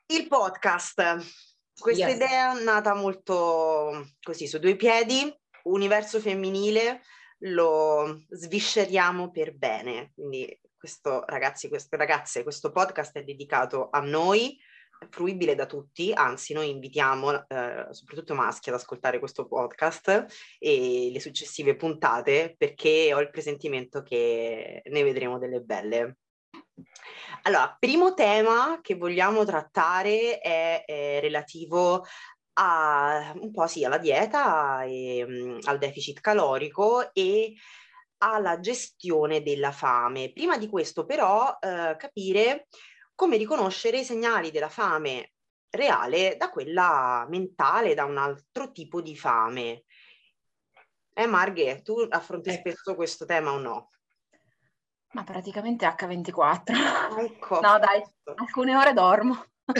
Il podcast, questa Yes. idea è nata molto così, su due piedi, universo femminile, lo svisceriamo per bene. Quindi questo, ragazzi, ragazze, questo podcast è dedicato a noi, è fruibile da tutti, anzi noi invitiamo soprattutto maschi ad ascoltare questo podcast e le successive puntate perché ho il presentimento che ne vedremo delle belle. Allora, primo tema che vogliamo trattare è relativo a un po' sì alla dieta e al deficit calorico e alla gestione della fame. Prima di questo però capire come riconoscere i segnali della fame reale da quella mentale, da un altro tipo di fame. Marghe, tu affronti spesso questo tema o no? Ma praticamente H24. Ecco, no dai, alcune ore dormo.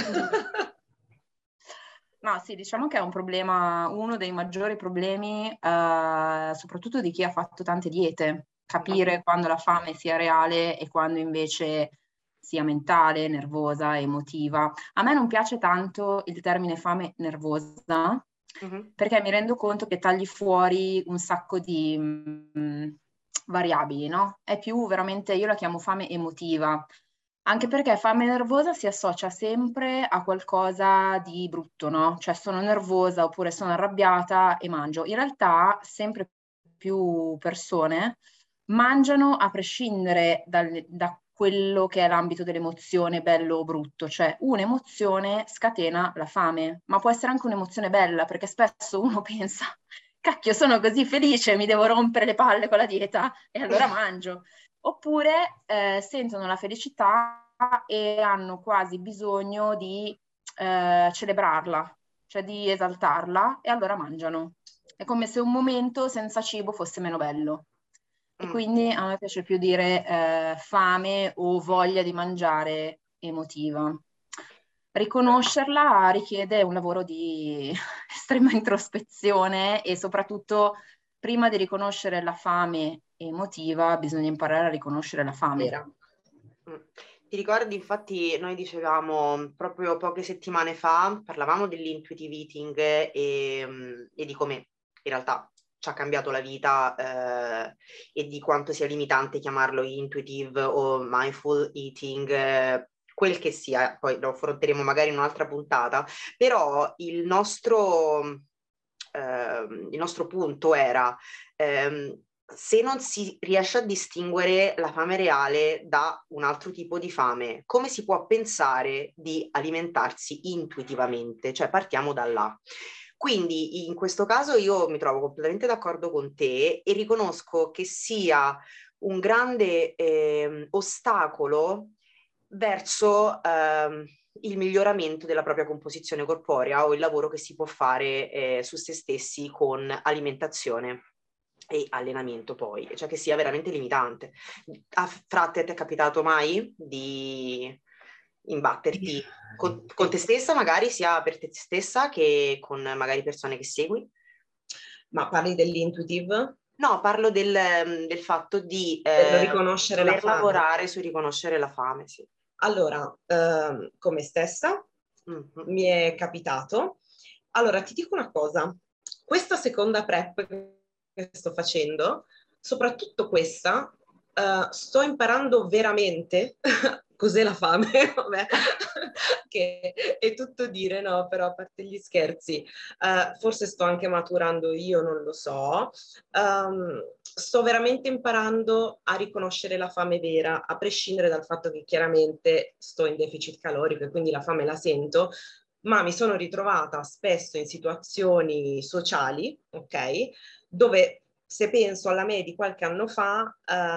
No, sì, diciamo che è un problema, uno dei maggiori problemi, soprattutto di chi ha fatto tante diete, capire quando la fame sia reale e quando invece sia mentale, nervosa, emotiva. A me non piace tanto il termine fame nervosa, perché mi rendo conto che tagli fuori un sacco di variabili, no? È più veramente, io la chiamo fame emotiva. Anche perché fame nervosa si associa sempre a qualcosa di brutto, no? Cioè sono nervosa oppure sono arrabbiata e mangio. In realtà sempre più persone mangiano a prescindere da quello che è l'ambito dell'emozione bello o brutto. Cioè un'emozione scatena la fame, ma può essere anche un'emozione bella, perché spesso uno pensa, cacchio, sono così felice, mi devo rompere le palle con la dieta e allora mangio. Oppure sentono la felicità e hanno quasi bisogno di celebrarla, cioè di esaltarla e allora mangiano. È come se un momento senza cibo fosse meno bello. E quindi a me piace più dire fame o voglia di mangiare emotiva. Riconoscerla richiede un lavoro di estrema introspezione e soprattutto prima di riconoscere la fame emotiva bisogna imparare a riconoscere la fame. Vera. Ti ricordi, infatti, noi dicevamo proprio poche settimane fa, parlavamo dell'intuitive eating e di come in realtà ci ha cambiato la vita e di quanto sia limitante chiamarlo intuitive o mindful eating, quel che sia, poi lo affronteremo magari in un'altra puntata, però il nostro punto era se non si riesce a distinguere la fame reale da un altro tipo di fame, come si può pensare di alimentarsi intuitivamente? Cioè partiamo da là. Quindi in questo caso io mi trovo completamente d'accordo con te e riconosco che sia un grande ostacolo verso il miglioramento della propria composizione corporea o il lavoro che si può fare su se stessi con alimentazione e allenamento poi, cioè che sia veramente limitante. Fra te ti è capitato mai di imbatterti con te stessa, magari sia per te stessa che con magari persone che segui? Ma parli dell'intuitive? No, parlo del fatto di riconoscere la dover fame. lavorare su riconoscere la fame, sì. Allora, come stessa mi è capitato. Allora, ti dico una cosa. Questa seconda prep che sto facendo, soprattutto questa, sto imparando veramente cos'è la fame, vabbè, che è tutto dire, no? Però a parte gli scherzi, forse sto anche maturando io, non lo so. Sto veramente imparando a riconoscere la fame vera, a prescindere dal fatto che chiaramente sto in deficit calorico e quindi la fame la sento, ma mi sono ritrovata spesso in situazioni sociali, ok? Dove se penso alla me di qualche anno fa,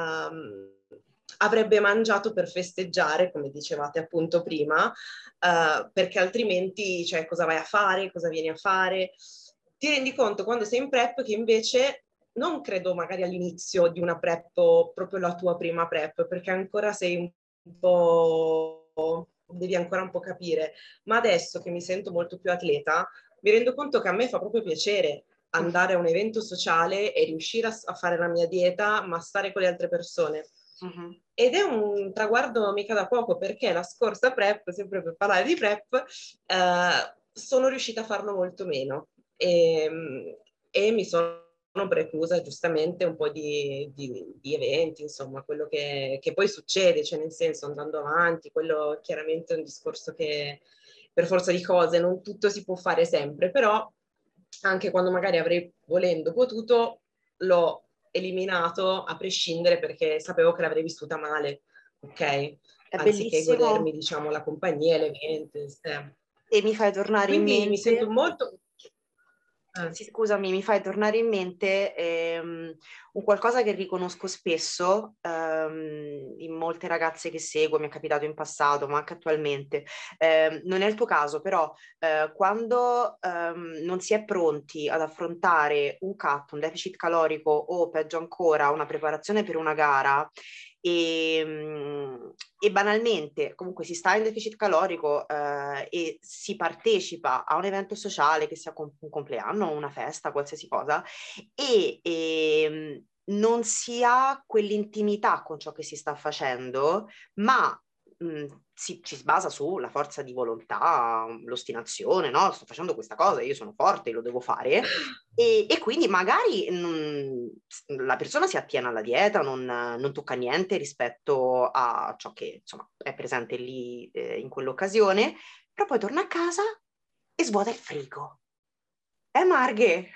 avrebbe mangiato per festeggiare, come dicevate appunto prima, perché altrimenti, cioè, cosa vai a fare, cosa vieni a fare? Ti rendi conto quando sei in prep che invece non credo magari all'inizio di una prep o proprio la tua prima prep, perché ancora sei un po', devi ancora un po' capire, ma adesso che mi sento molto più atleta, mi rendo conto che a me fa proprio piacere andare a un evento sociale e riuscire a fare la mia dieta, ma stare con le altre persone. Ed è un traguardo mica da poco, perché la scorsa prep, sempre per parlare di prep, sono riuscita a farlo molto meno e mi sono preclusa giustamente un po' di eventi, insomma, quello che poi succede, cioè nel senso andando avanti, quello chiaramente è un discorso che per forza di cose non tutto si può fare sempre, però anche quando magari avrei volendo potuto, l'ho eliminato a prescindere perché sapevo che l'avrei vissuta male, ok? È Anziché bellissimo. godermi, diciamo, la compagnia, l'evento. E mi fai tornare in Quindi mente... mi sento molto... Sì, scusami, mi fai tornare in mente un qualcosa che riconosco spesso in molte ragazze che seguo, mi è capitato in passato, ma anche attualmente. Non è il tuo caso, però quando non si è pronti ad affrontare un cut, un deficit calorico o peggio ancora una preparazione per una gara, e banalmente comunque si sta in deficit calorico e si partecipa a un evento sociale, che sia un compleanno, una festa, qualsiasi cosa, e non si ha quell'intimità con ciò che si sta facendo, ma ci si basa sulla forza di volontà, l'ostinazione, no? Sto facendo questa cosa, io sono forte, lo devo fare. E quindi magari la persona si attiene alla dieta, non tocca niente rispetto a ciò che insomma è presente lì in quell'occasione, però poi torna a casa e svuota il frigo. Marghe?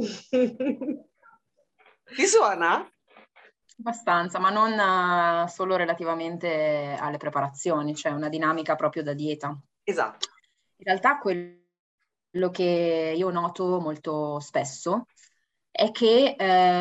Ti suona? Abbastanza, ma non solo relativamente alle preparazioni, cioè una dinamica proprio da dieta. Esatto. In realtà quello che io noto molto spesso è che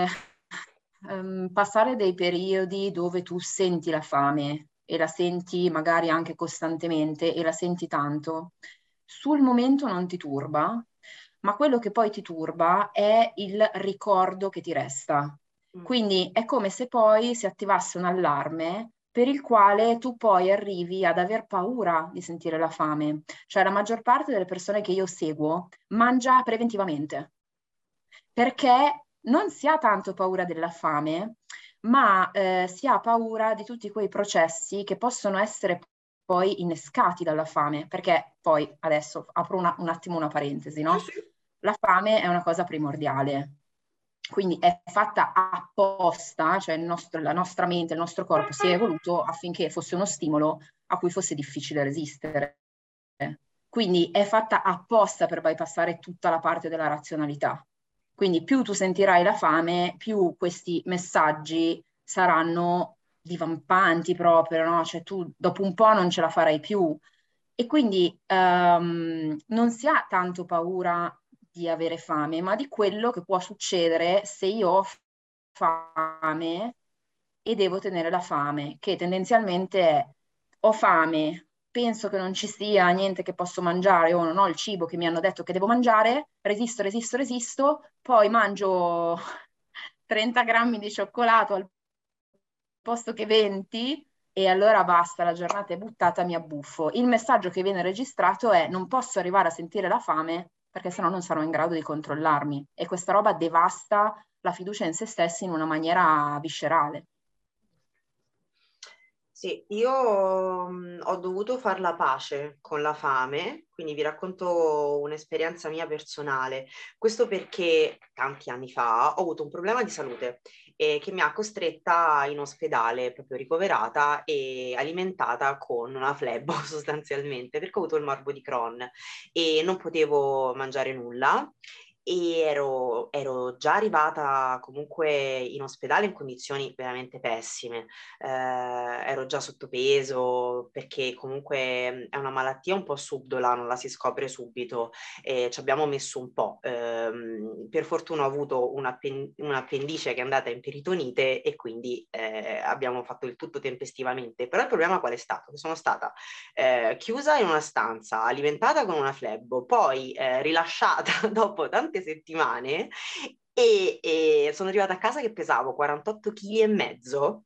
passare dei periodi dove tu senti la fame e la senti magari anche costantemente e la senti tanto, sul momento non ti turba, ma quello che poi ti turba è il ricordo che ti resta. Quindi è come se poi si attivasse un allarme per il quale tu poi arrivi ad aver paura di sentire la fame. Cioè la maggior parte delle persone che io seguo mangia preventivamente, perché non si ha tanto paura della fame, ma si ha paura di tutti quei processi che possono essere poi innescati dalla fame, perché poi adesso apro un attimo una parentesi, no? La fame è una cosa primordiale, quindi è fatta apposta, cioè la nostra mente, il nostro corpo si è evoluto affinché fosse uno stimolo a cui fosse difficile resistere. Quindi è fatta apposta per bypassare tutta la parte della razionalità. Quindi più tu sentirai la fame, più questi messaggi saranno divampanti proprio, no? Cioè tu dopo un po' non ce la farai più. E quindi non si ha tanto paura di avere fame, ma di quello che può succedere se io ho fame e devo tenere la fame, che tendenzialmente è ho fame, penso che non ci sia niente che posso mangiare o non ho il cibo che mi hanno detto che devo mangiare, resisto, poi mangio 30 grammi di cioccolato al posto che 20 e allora basta, la giornata è buttata, mi abbuffo. Il messaggio che viene registrato è non posso arrivare a sentire la fame perché sennò non sarò in grado di controllarmi e questa roba devasta la fiducia in se stessi in una maniera viscerale. Sì, io ho dovuto far la pace con la fame, quindi vi racconto un'esperienza mia personale. Questo perché tanti anni fa ho avuto un problema di salute che mi ha costretta in ospedale, proprio ricoverata e alimentata con una flebo sostanzialmente, perché ho avuto il morbo di Crohn e non potevo mangiare nulla. E ero già arrivata comunque in ospedale in condizioni veramente pessime. Ero già sottopeso perché comunque è una malattia un po' subdola, non la si scopre subito e ci abbiamo messo un po'. Per fortuna ho avuto un'appendice che è andata in peritonite e quindi abbiamo fatto il tutto tempestivamente. Però il problema qual è stato? Che sono stata chiusa in una stanza, alimentata con una flebo, poi rilasciata dopo tante settimane e sono arrivata a casa che pesavo 48,5 kg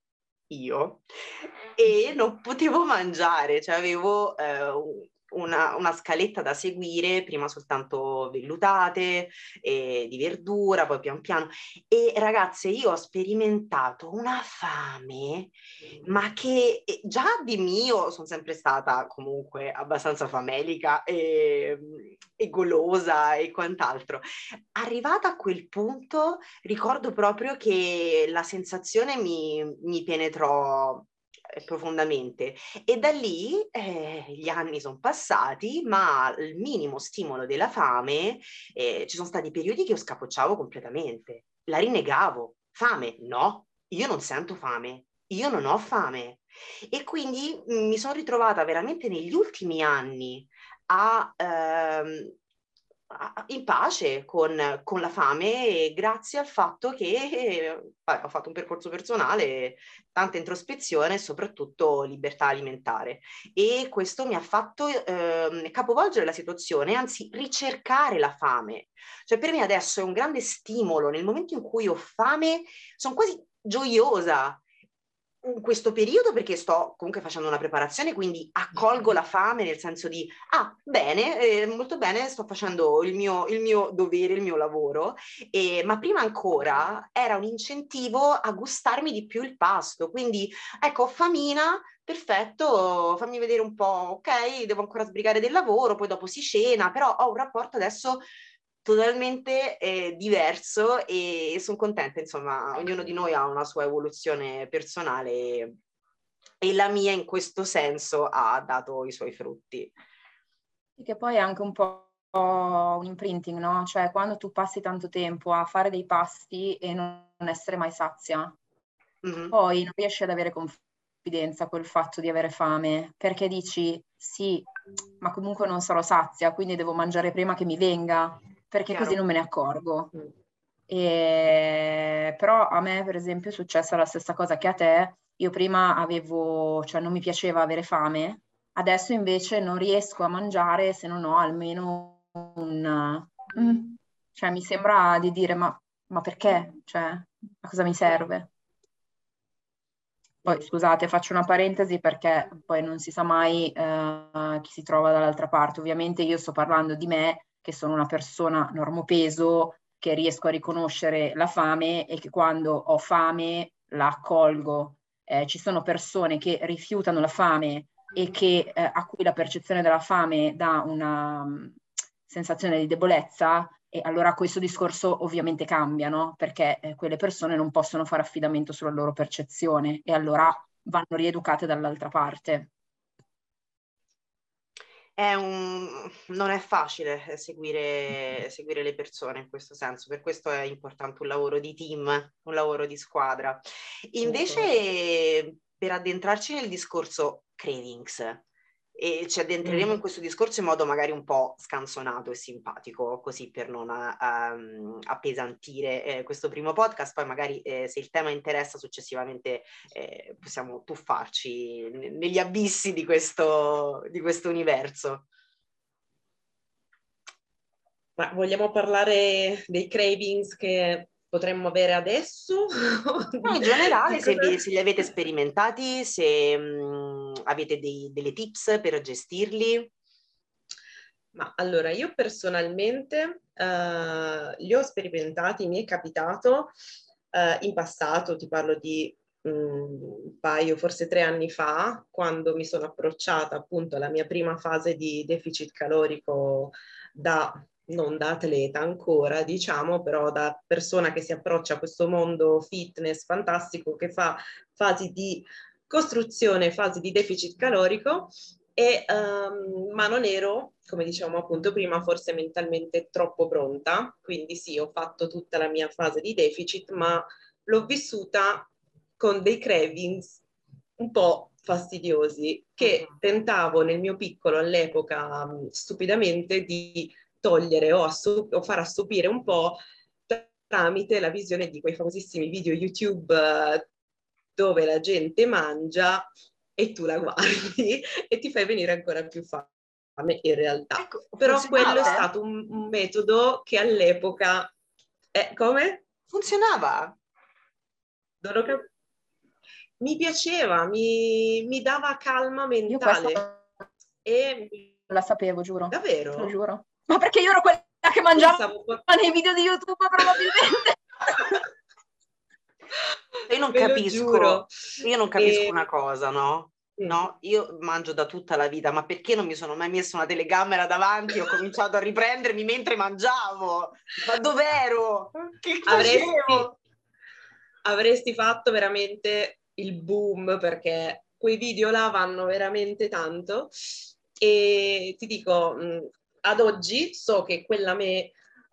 io e non potevo mangiare, cioè avevo una scaletta da seguire, prima soltanto vellutate, di verdura, poi pian piano. E ragazze, io ho sperimentato una fame, ma che già di mio sono sempre stata comunque abbastanza famelica e golosa e quant'altro. Arrivata a quel punto, ricordo proprio che la sensazione mi penetrò profondamente e da lì gli anni sono passati, ma il minimo stimolo della fame, ci sono stati periodi che io scapocciavo completamente, la rinnegavo. Fame? No, io non sento fame, io non ho fame. E quindi mi sono ritrovata veramente negli ultimi anni in pace con la fame, grazie al fatto che ho fatto un percorso personale, tanta introspezione e soprattutto libertà alimentare. E questo mi ha fatto capovolgere la situazione, anzi ricercare la fame. Cioè per me adesso è un grande stimolo, nel momento in cui ho fame sono quasi gioiosa in questo periodo perché sto comunque facendo una preparazione, quindi accolgo la fame nel senso di, bene, molto bene, sto facendo il mio dovere, il mio lavoro, ma prima ancora era un incentivo a gustarmi di più il pasto, quindi ecco, famina, perfetto, fammi vedere un po', ok, devo ancora sbrigare del lavoro, poi dopo si cena, però ho un rapporto adesso totalmente diverso e sono contenta, insomma, ognuno di noi ha una sua evoluzione personale e la mia in questo senso ha dato i suoi frutti. Che poi è anche un po' un imprinting, no? Cioè quando tu passi tanto tempo a fare dei pasti e non essere mai sazia, poi non riesci ad avere confidenza col fatto di avere fame, perché dici sì, ma comunque non sarò sazia, quindi devo mangiare prima che mi venga, perché Chiaro. così non me ne accorgo. Però a me, per esempio, è successa la stessa cosa che a te. Io prima cioè non mi piaceva avere fame, adesso invece non riesco a mangiare se non ho almeno cioè mi sembra di dire ma perché? Cioè, a cosa mi serve? Poi scusate, faccio una parentesi perché poi non si sa mai chi si trova dall'altra parte. Ovviamente io sto parlando di me, che sono una persona normopeso, che riesco a riconoscere la fame e che quando ho fame la accolgo. Ci sono persone che rifiutano la fame e che, a cui la percezione della fame dà una sensazione di debolezza, e allora questo discorso ovviamente cambia, no? Perché quelle persone non possono fare affidamento sulla loro percezione e allora vanno rieducate dall'altra parte. Non è facile seguire le persone in questo senso, per questo è importante un lavoro di team, un lavoro di squadra. Invece, per addentrarci nel discorso cravings, e ci addentreremo in questo discorso in modo magari un po' scanzonato e simpatico, così per non appesantire questo primo podcast, poi magari se il tema interessa successivamente possiamo tuffarci negli abissi di questo universo. Ma vogliamo parlare dei cravings che potremmo avere adesso? In generale, se li avete sperimentati, se avete delle tips per gestirli. Ma allora, io personalmente li ho sperimentati, mi è capitato in passato, ti parlo di un paio, forse 3 anni fa, quando mi sono approcciata appunto alla mia prima fase di deficit calorico non da atleta ancora, diciamo, però da persona che si approccia a questo mondo fitness fantastico, che fa fasi di costruzione, fasi di deficit calorico, ma non ero, come dicevamo appunto prima, forse mentalmente troppo pronta, quindi sì, ho fatto tutta la mia fase di deficit, ma l'ho vissuta con dei cravings un po' fastidiosi che tentavo nel mio piccolo all'epoca stupidamente di togliere o far assopire un po' tramite la visione di quei famosissimi video YouTube dove la gente mangia e tu la guardi e ti fai venire ancora più fame in realtà. Ecco, però quello è stato un metodo che all'epoca... come? Funzionava? Mi piaceva, mi dava calma mentale. E la sapevo, giuro. Davvero? Lo giuro. Ma perché io ero quella che mangiava nei video di YouTube, probabilmente. Io non Ve lo capisco, giuro. io non capisco una cosa, no? No, io mangio da tutta la vita, ma perché non mi sono mai messo una telecamera davanti e ho cominciato a riprendermi mentre mangiavo? Ma dov'ero? Che facevo? Avresti fatto veramente il boom, perché quei video là vanno veramente tanto. E ti dico, ad oggi so che quella me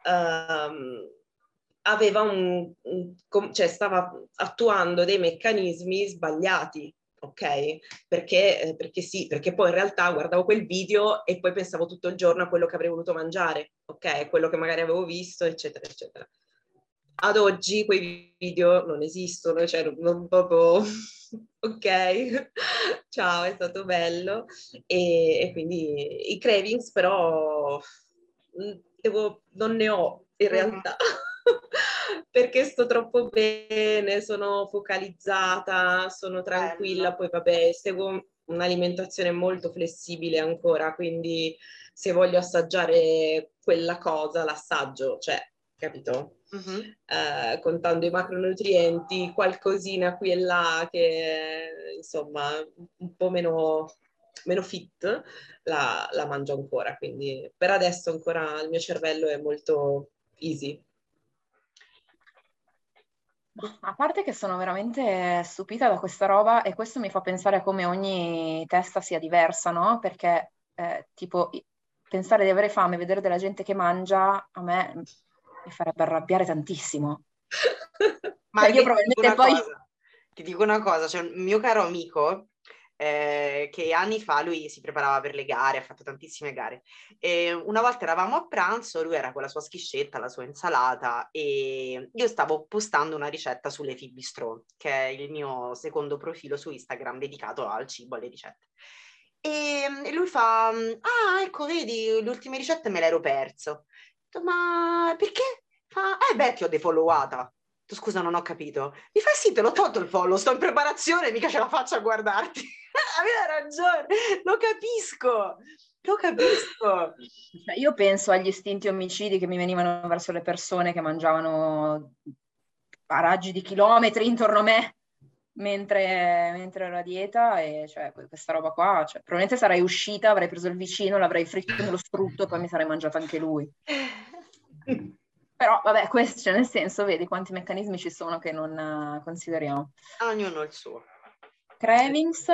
aveva cioè stava attuando dei meccanismi sbagliati, ok? Perché sì, perché poi in realtà guardavo quel video e poi pensavo tutto il giorno a quello che avrei voluto mangiare, ok? Quello che magari avevo visto, eccetera, eccetera. Ad oggi quei video non esistono, cioè non proprio... ok, ciao, è stato bello. E quindi i cravings però non ne ho in realtà. Perché sto troppo bene, sono focalizzata, sono tranquilla, Bello. poi vabbè, seguo un'alimentazione molto flessibile ancora, quindi se voglio assaggiare quella cosa, l'assaggio, cioè, capito? Contando i macronutrienti, qualcosina qui e là che insomma un po' meno fit, la mangio ancora, quindi per adesso ancora il mio cervello è molto easy. A parte che sono veramente stupita da questa roba e questo mi fa pensare a come ogni testa sia diversa, no? Perché tipo pensare di avere fame, vedere della gente che mangia, a me mi farebbe arrabbiare tantissimo. Cioè, io probabilmente poi... Ti dico una cosa, c'è un mio caro amico che anni fa lui si preparava per le gare, ha fatto tantissime gare. E una volta eravamo a pranzo, lui era con la sua schiscetta, la sua insalata e io stavo postando una ricetta sulle Fibistro, che è il mio secondo profilo su Instagram dedicato al cibo, alle ricette. E lui fa, ah ecco vedi, le ultime ricette me l'ero perso. Ho detto, ma perché? Fa, beh ti ho defollowata. Scusa, non ho capito. Mi fa sì, te l'ho tolto il follow, sto in preparazione, mica ce la faccio a guardarti. Aveva ragione, lo capisco, lo capisco. Cioè, io penso agli istinti omicidi che mi venivano verso le persone che mangiavano a raggi di chilometri intorno a me mentre ero a dieta e cioè, questa roba qua, cioè, probabilmente sarei uscita, avrei preso il vicino, l'avrei fritto nello strutto e poi mi sarei mangiato anche lui. Però vabbè, questo, cioè, nel senso, vedi quanti meccanismi ci sono che non consideriamo. Ognuno il suo. Cravings,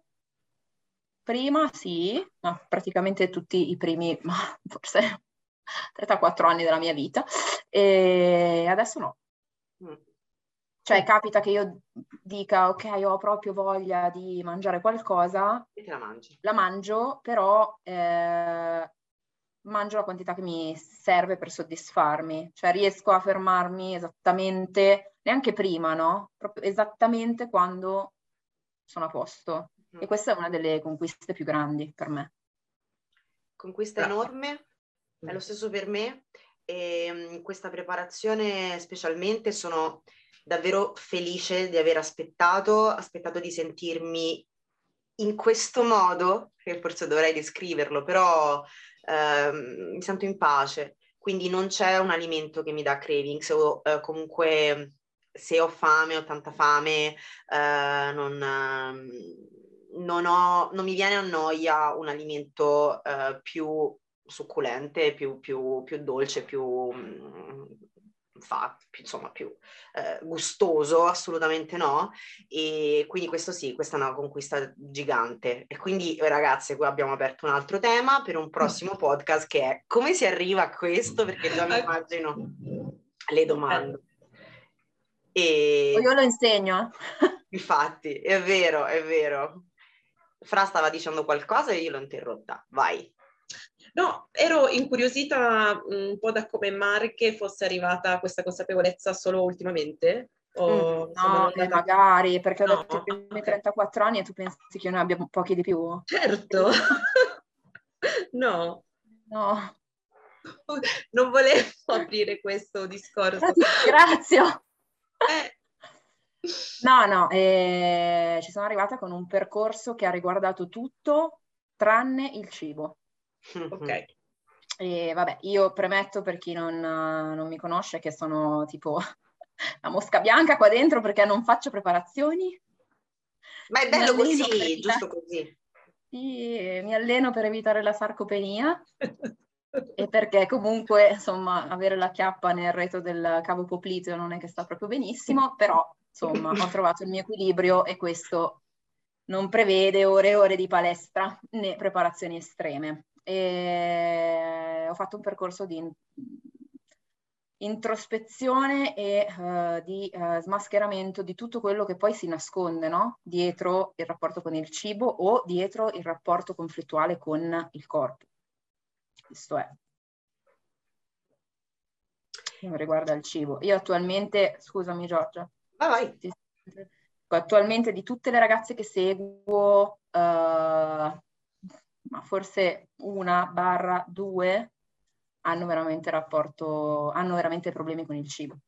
prima sì, ma praticamente tutti i primi, ma forse 34 anni della mia vita, e adesso no. Cioè capita che io dica, ok, ho proprio voglia di mangiare qualcosa, E te la mangi. la mangio, però mangio la quantità che mi serve per soddisfarmi. Cioè riesco a fermarmi esattamente, neanche prima, no? Proprio esattamente quando sono a posto. E questa è una delle conquiste più grandi per me. Conquista enorme, è lo stesso per me. E in questa preparazione specialmente sono davvero felice di aver aspettato di sentirmi in questo modo, che forse dovrei descriverlo, però mi sento in pace. Quindi non c'è un alimento che mi dà cravings o comunque se ho fame, ho tanta fame, non mi viene a noia un alimento più succulente, più dolce, insomma, più gustoso, assolutamente no. E quindi questo sì, questa è una conquista gigante. E quindi, ragazze, qui abbiamo aperto un altro tema per un prossimo podcast che è come si arriva a questo, perché già mi immagino le domande. E io lo insegno. infatti, è vero, è vero. Fra stava dicendo qualcosa e io l'ho interrotta. Vai. No, ero incuriosita un po' da come Marche fosse arrivata a questa consapevolezza solo ultimamente. No, magari, perché ho detto i primi 34 anni e tu pensi che io ne abbia pochi di più? Certo. No. No. Non volevo aprire questo discorso. Però ti ringrazio. No, ci sono arrivata con un percorso che ha riguardato tutto tranne il cibo. Ok. E vabbè, io premetto per chi non mi conosce che sono tipo la mosca bianca qua dentro perché non faccio preparazioni. Ma è bello così, giusto così. Sì, mi alleno per evitare la sarcopenia e perché comunque, insomma, avere la chiappa nel retro del cavo popliteo non è che sta proprio benissimo, però, insomma, ho trovato il mio equilibrio e questo non prevede ore e ore di palestra né preparazioni estreme. E ho fatto un percorso di introspezione e di smascheramento di tutto quello che poi si nasconde, no? Dietro il rapporto con il cibo o dietro il rapporto conflittuale con il corpo. Questo è. Che riguarda il cibo. Io attualmente, scusami Giorgia, Vai. attualmente di tutte le ragazze che seguo, ma forse 1/2 hanno veramente problemi con il cibo.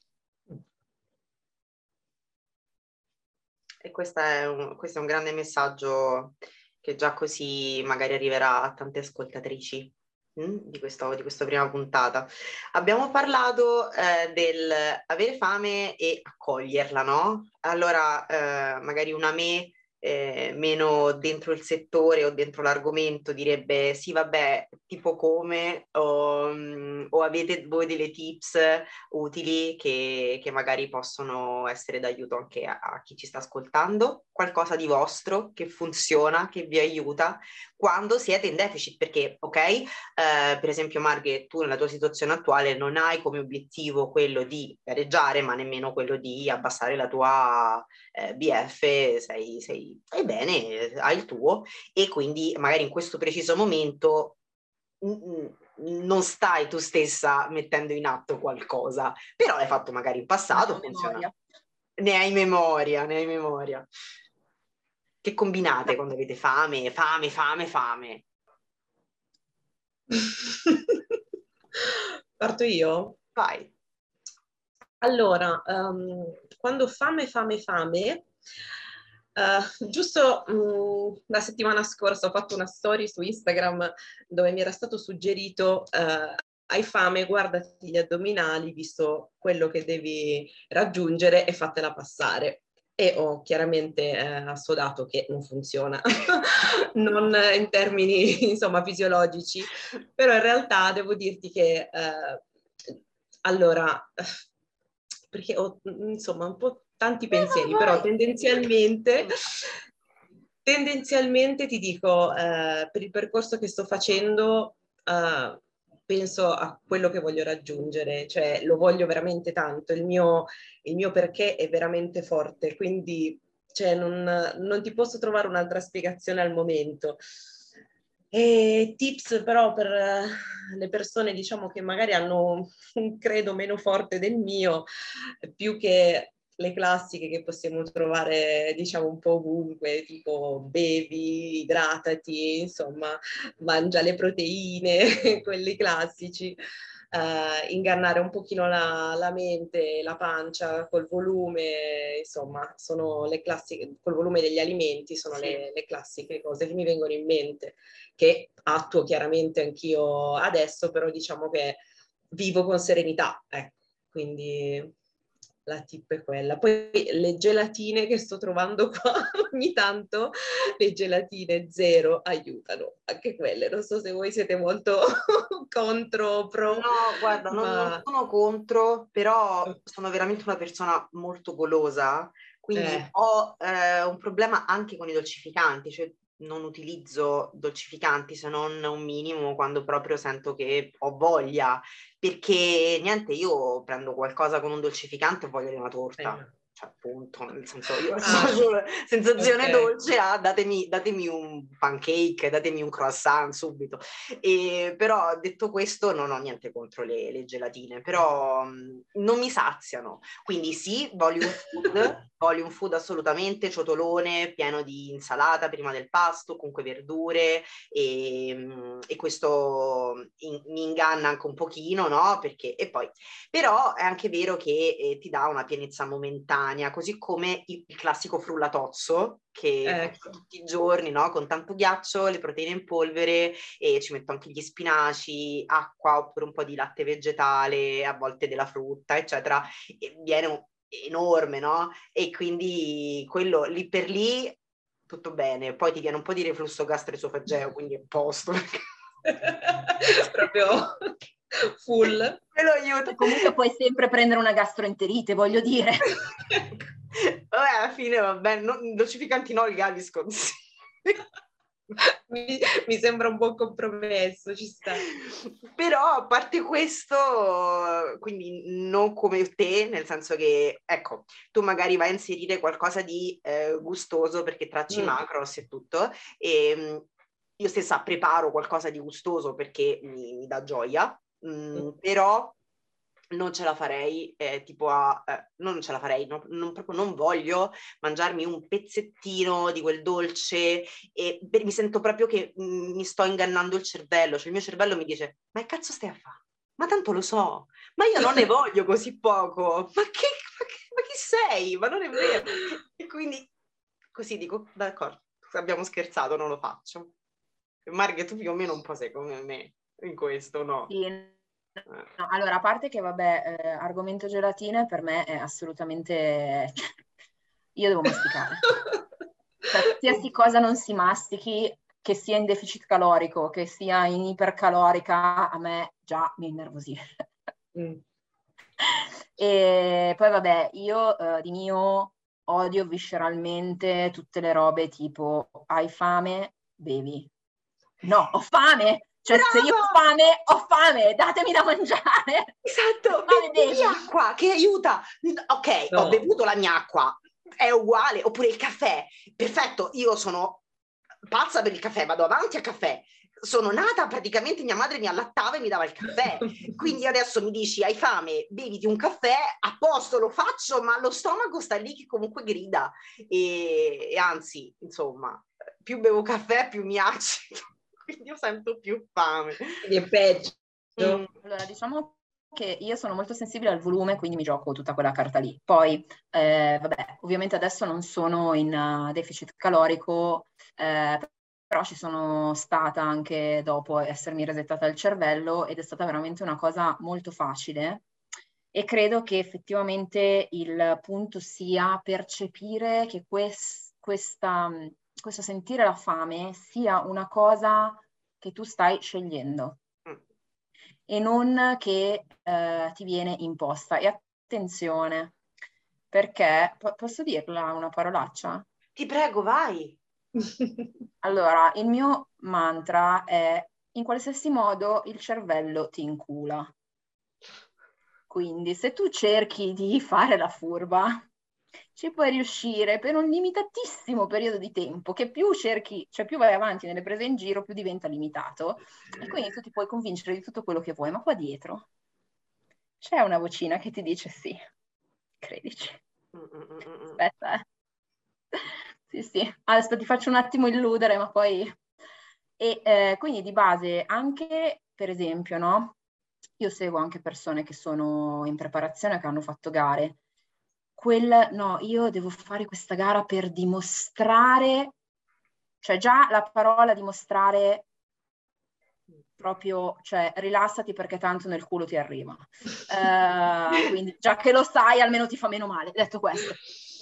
E questo è un grande messaggio che già così magari arriverà a tante ascoltatrici di questa prima puntata. Abbiamo parlato del avere fame e accoglierla, no? Allora, magari una me meno dentro il settore o dentro l'argomento direbbe sì, vabbè, tipo come, o avete voi delle tips utili che magari possono essere d'aiuto anche a chi ci sta ascoltando, qualcosa di vostro che funziona, che vi aiuta quando siete in deficit, perché ok, per esempio Marghe, tu nella tua situazione attuale non hai come obiettivo quello di gareggiare, ma nemmeno quello di abbassare la tua BF, stai bene, hai il tuo, e quindi magari in questo preciso momento non stai tu stessa mettendo in atto qualcosa, però l'hai fatto magari in passato, funziona. Ne hai memoria. Che combinate quando avete fame? Parto io? Vai. Allora, quando fame, giusto la settimana scorsa ho fatto una story su Instagram dove mi era stato suggerito hai fame, guardati gli addominali, visto quello che devi raggiungere e fatela passare. E ho chiaramente assodato che non funziona, non in termini insomma fisiologici, però in realtà devo dirti che allora, perché ho insomma un po' tanti pensieri, però tendenzialmente ti dico, per il percorso che sto facendo, penso a quello che voglio raggiungere, cioè lo voglio veramente tanto, il mio perché è veramente forte, quindi cioè, non ti posso trovare un'altra spiegazione al momento. E tips però per le persone, diciamo, che magari hanno un credo meno forte del mio, più che le classiche che possiamo trovare, diciamo, un po' ovunque, tipo bevi, idratati, insomma, mangia le proteine, quelli classici. Ingannare un pochino la mente, la pancia col volume, insomma, sono le classiche, col volume degli alimenti, sono sì. le classiche cose che mi vengono in mente, che attuo chiaramente anch'io adesso, però diciamo che vivo con serenità, ecco, quindi la tip è quella. Poi le gelatine che sto trovando qua ogni tanto, le gelatine zero aiutano, anche quelle. Non so se voi siete molto contro, pro. No, guarda, non sono contro, però sono veramente una persona molto golosa, quindi ho un problema anche con i dolcificanti, cioè non utilizzo dolcificanti se non un minimo quando proprio sento che ho voglia, perché niente, io prendo qualcosa con un dolcificante e voglio una torta. Cioè, appunto, nel senso, io sensazione dolce datemi un pancake, datemi un croissant subito. Però detto questo non ho niente contro le gelatine, però non mi saziano, quindi sì, voglio un food assolutamente ciotolone, pieno di insalata prima del pasto, comunque verdure, e questo mi inganna anche un pochino, no? Perché, e poi, però è anche vero che ti dà una pienezza momentanea smania, così come il classico frullatozzo che tutti i giorni, no? Con tanto ghiaccio, le proteine in polvere e ci metto anche gli spinaci, acqua oppure un po' di latte vegetale, a volte della frutta, eccetera, e viene enorme, no? E quindi quello lì per lì tutto bene, poi ti viene un po' di reflusso gastroesofageo, quindi è posto. Proprio full. Me lo aiuta. Comunque puoi sempre prendere una gastroenterite, voglio dire. Vabbè, alla fine va bene, dolcificanti no, il Gaviscon sì. Mi sembra un buon compromesso, ci sta. Però a parte questo, quindi non come te, nel senso che, ecco, tu magari vai a inserire qualcosa di gustoso perché tracci macros e tutto, e io stessa preparo qualcosa di gustoso perché mi dà gioia, però non ce la farei, non ce la farei, proprio non voglio mangiarmi un pezzettino di quel dolce e mi sento proprio che mi sto ingannando il cervello, cioè il mio cervello mi dice, ma che cazzo stai a fare? Ma tanto lo so, ma io non ne voglio così poco, ma chi sei? Ma non è vero. E quindi così dico, d'accordo, abbiamo scherzato, non lo faccio. Marghe, tu più o meno un po' sei come me in questo, no? Sì. No, allora, a parte che, vabbè, argomento gelatine per me è assolutamente... Io devo masticare. Cioè, qualsiasi cosa non si mastichi, che sia in deficit calorico, che sia in ipercalorica, a me già mi innervosisce. E poi, vabbè, io di mio odio visceralmente tutte le robe tipo hai fame, bevi. No, ho fame! Cioè, Brava! se io ho fame, datemi da mangiare. Esatto, bevi acqua che aiuta. Ok, no. Ho bevuto la mia acqua, è uguale. Oppure il caffè, perfetto, io sono pazza per il caffè, vado avanti a caffè. Sono nata, praticamente mia madre mi allattava e mi dava il caffè. Quindi adesso mi dici, hai fame, beviti un caffè, a posto, lo faccio, ma lo stomaco sta lì che comunque grida. E anzi, insomma, più bevo caffè, più mi agito. Quindi io sento più fame. Quindi è peggio. Allora, diciamo che io sono molto sensibile al volume, quindi mi gioco tutta quella carta lì. Poi, vabbè, ovviamente adesso non sono in deficit calorico, però ci sono stata anche dopo essermi resettata il cervello ed è stata veramente una cosa molto facile. E credo che effettivamente il punto sia percepire che questo sentire la fame sia una cosa che tu stai scegliendo e non che ti viene imposta. E attenzione, perché posso dirla una parolaccia? Ti prego, vai. Allora, il mio mantra è in qualsiasi modo il cervello ti incula. Quindi se tu cerchi di fare la furba, ci puoi riuscire per un limitatissimo periodo di tempo, che più cerchi, cioè più vai avanti nelle prese in giro, più diventa limitato, e quindi tu ti puoi convincere di tutto quello che vuoi, ma qua dietro c'è una vocina che ti dice sì, credici. Aspetta, Sì, sì. Adesso ti faccio un attimo illudere, ma poi... E quindi di base anche, per esempio, no? Io seguo anche persone che sono in preparazione, che hanno fatto gare. No, io devo fare questa gara per dimostrare, cioè già la parola dimostrare proprio, cioè rilassati perché tanto nel culo ti arriva. Quindi già che lo sai, almeno ti fa meno male, detto questo.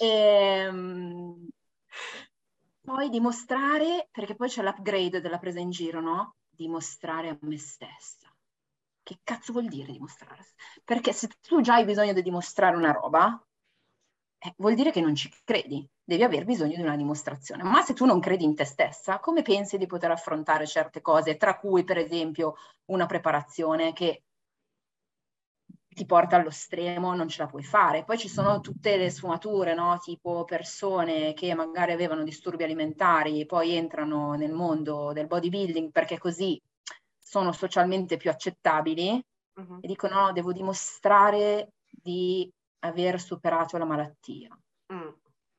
Poi dimostrare, perché poi c'è l'upgrade della presa in giro, no? Dimostrare a me stessa. Che cazzo vuol dire dimostrare? Perché se tu già hai bisogno di dimostrare una roba, vuol dire che non ci credi. Devi aver bisogno di una dimostrazione. Ma se tu non credi in te stessa, come pensi di poter affrontare certe cose, tra cui per esempio una preparazione che ti porta allo stremo, non ce la puoi fare. Poi ci sono tutte le sfumature, no? Tipo persone che magari avevano disturbi alimentari, poi entrano nel mondo del bodybuilding perché così sono socialmente più accettabili e dicono no, devo dimostrare di aver superato la malattia. A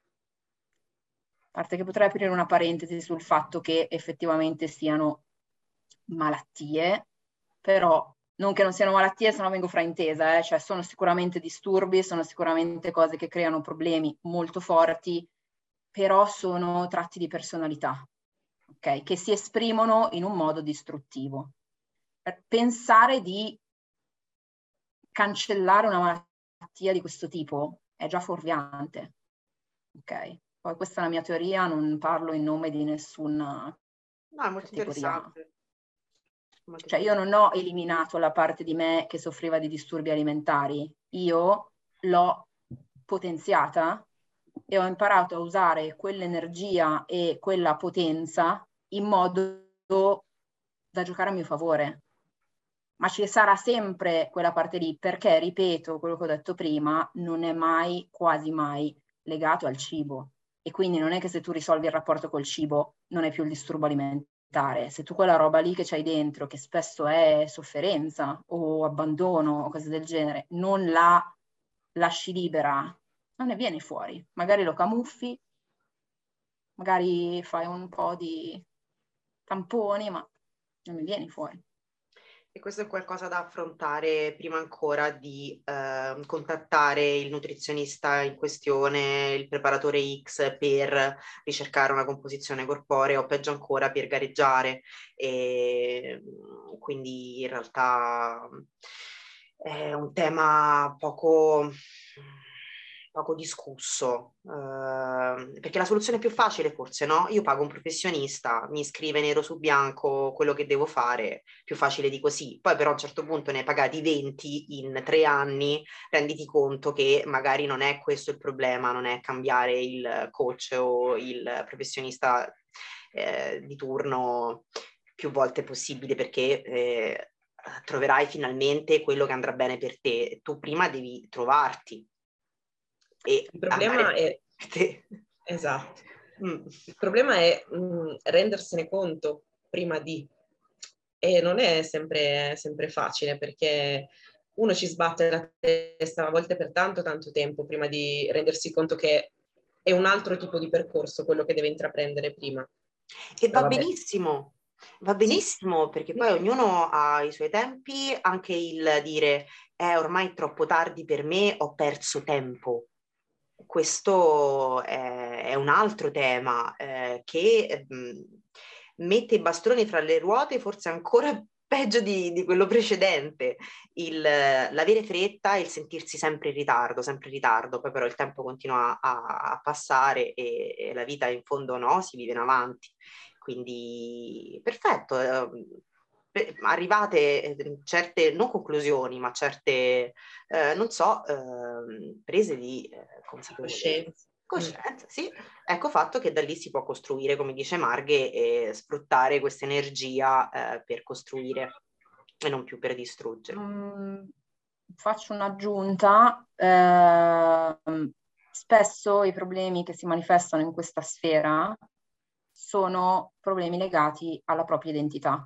parte che potrei aprire una parentesi sul fatto che effettivamente siano malattie, però Non che non siano malattie, se no vengo fraintesa, cioè sono sicuramente disturbi, sono sicuramente cose che creano problemi molto forti, però sono tratti di personalità, ok? Che si esprimono in un modo distruttivo. Pensare di cancellare una malattia di questo tipo è già fuorviante, ok? Poi questa è la mia teoria, non parlo in nome di nessuna No, è molto categoria. interessante. Cioè io non ho eliminato la parte di me che soffriva di disturbi alimentari, io l'ho potenziata e ho imparato a usare quell'energia e quella potenza in modo da giocare a mio favore. Ma ci sarà sempre quella parte lì, perché, ripeto, quello che ho detto prima, non è mai, quasi mai, legato al cibo. E quindi non è che se tu risolvi il rapporto col cibo non è più il disturbo alimentare. Se tu quella roba lì che c'hai dentro, che spesso è sofferenza o abbandono o cose del genere, non la lasci libera, non ne vieni fuori. Magari lo camuffi, magari fai un po' di tamponi, ma non ne vieni fuori. E questo è qualcosa da affrontare prima ancora di contattare il nutrizionista in questione, il preparatore X, per ricercare una composizione corporea o peggio ancora per gareggiare. E quindi in realtà è un tema poco discusso, perché la soluzione più facile forse, no? Io pago un professionista, mi scrive nero su bianco quello che devo fare, più facile di così. Poi però a un certo punto ne hai pagati 20 in 3 anni, renditi conto che magari non è questo il problema, non è cambiare il coach o il professionista di turno più volte possibile, perché troverai finalmente quello che andrà bene per te. Tu prima devi trovarti. E il problema è... Esatto. Il problema è rendersene conto prima di... E non è sempre facile, perché uno ci sbatte la testa a volte per tanto tempo prima di rendersi conto che è un altro tipo di percorso quello che deve intraprendere prima. E va benissimo. Va benissimo, sì, perché poi ognuno ha i suoi tempi, anche il dire ormai è troppo tardi per me, ho perso tempo. Questo è un altro tema che mette i bastoni fra le ruote, forse ancora peggio di quello precedente, l'avere fretta e il sentirsi sempre in ritardo, poi però il tempo continua a passare e la vita in fondo no, si vive in avanti. Quindi perfetto, arrivate certe, non conclusioni, ma certe, non so, prese di consapevolezza. Coscienza, sì. Ecco fatto che da lì si può costruire, come dice Marghe, e sfruttare questa energia per costruire e non più per distruggere. Faccio un'aggiunta. Spesso i problemi che si manifestano in questa sfera sono problemi legati alla propria identità.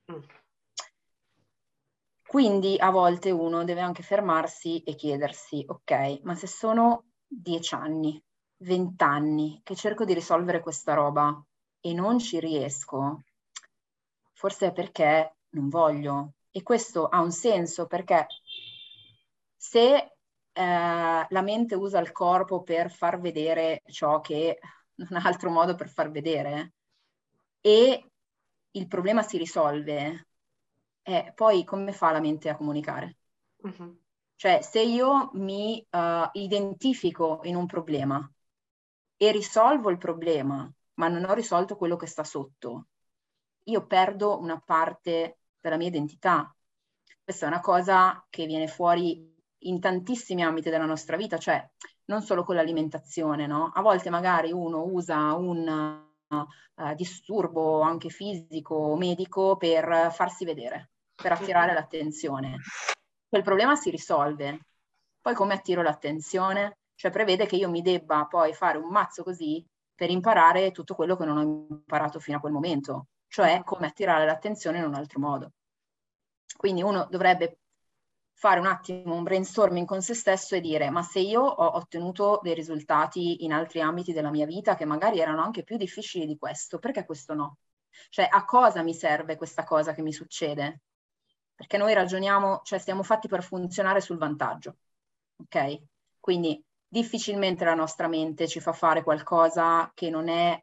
Quindi a volte uno deve anche fermarsi e chiedersi, ok, ma se sono 10 anni, 20 anni che cerco di risolvere questa roba e non ci riesco, forse è perché non voglio. E questo ha un senso, perché se la mente usa il corpo per far vedere ciò che non ha altro modo per far vedere e il problema si risolve, poi come fa la mente a comunicare? Uh-huh. Cioè, se io mi identifico in un problema e risolvo il problema, ma non ho risolto quello che sta sotto, io perdo una parte della mia identità. Questa è una cosa che viene fuori in tantissimi ambiti della nostra vita, cioè non solo con l'alimentazione, no? A volte magari uno usa un disturbo anche fisico o medico per farsi vedere, per attirare l'attenzione. Quel problema si risolve. Poi come attiro l'attenzione? Cioè prevede che io mi debba poi fare un mazzo così per imparare tutto quello che non ho imparato fino a quel momento, cioè come attirare l'attenzione in un altro modo. Quindi uno dovrebbe fare un attimo un brainstorming con se stesso e dire: ma se io ho ottenuto dei risultati in altri ambiti della mia vita che magari erano anche più difficili di questo, perché questo no? Cioè a cosa mi serve questa cosa che mi succede? perché noi ragioniamo, cioè siamo fatti per funzionare sul vantaggio, ok? Quindi difficilmente la nostra mente ci fa fare qualcosa che non è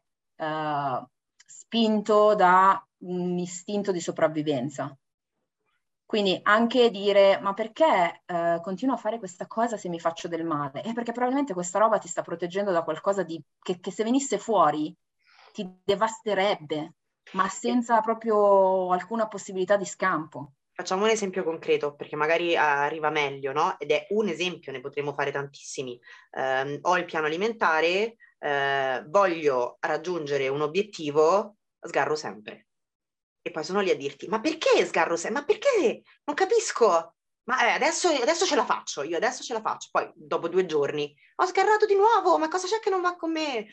spinto da un istinto di sopravvivenza. Quindi anche dire, ma perché continuo a fare questa cosa se mi faccio del male? Perché probabilmente questa roba ti sta proteggendo da qualcosa che se venisse fuori ti devasterebbe, ma senza proprio alcuna possibilità di scampo. Facciamo un esempio concreto, perché magari arriva meglio, no? Ed è un esempio, ne potremo fare tantissimi. Ho il piano alimentare, voglio raggiungere un obiettivo, sgarro sempre. E poi sono lì a dirti, ma perché sgarro sempre? Ma perché? Non capisco. Ma adesso ce la faccio, io adesso ce la faccio. Poi, dopo 2 giorni, ho sgarrato di nuovo, ma cosa c'è che non va con me?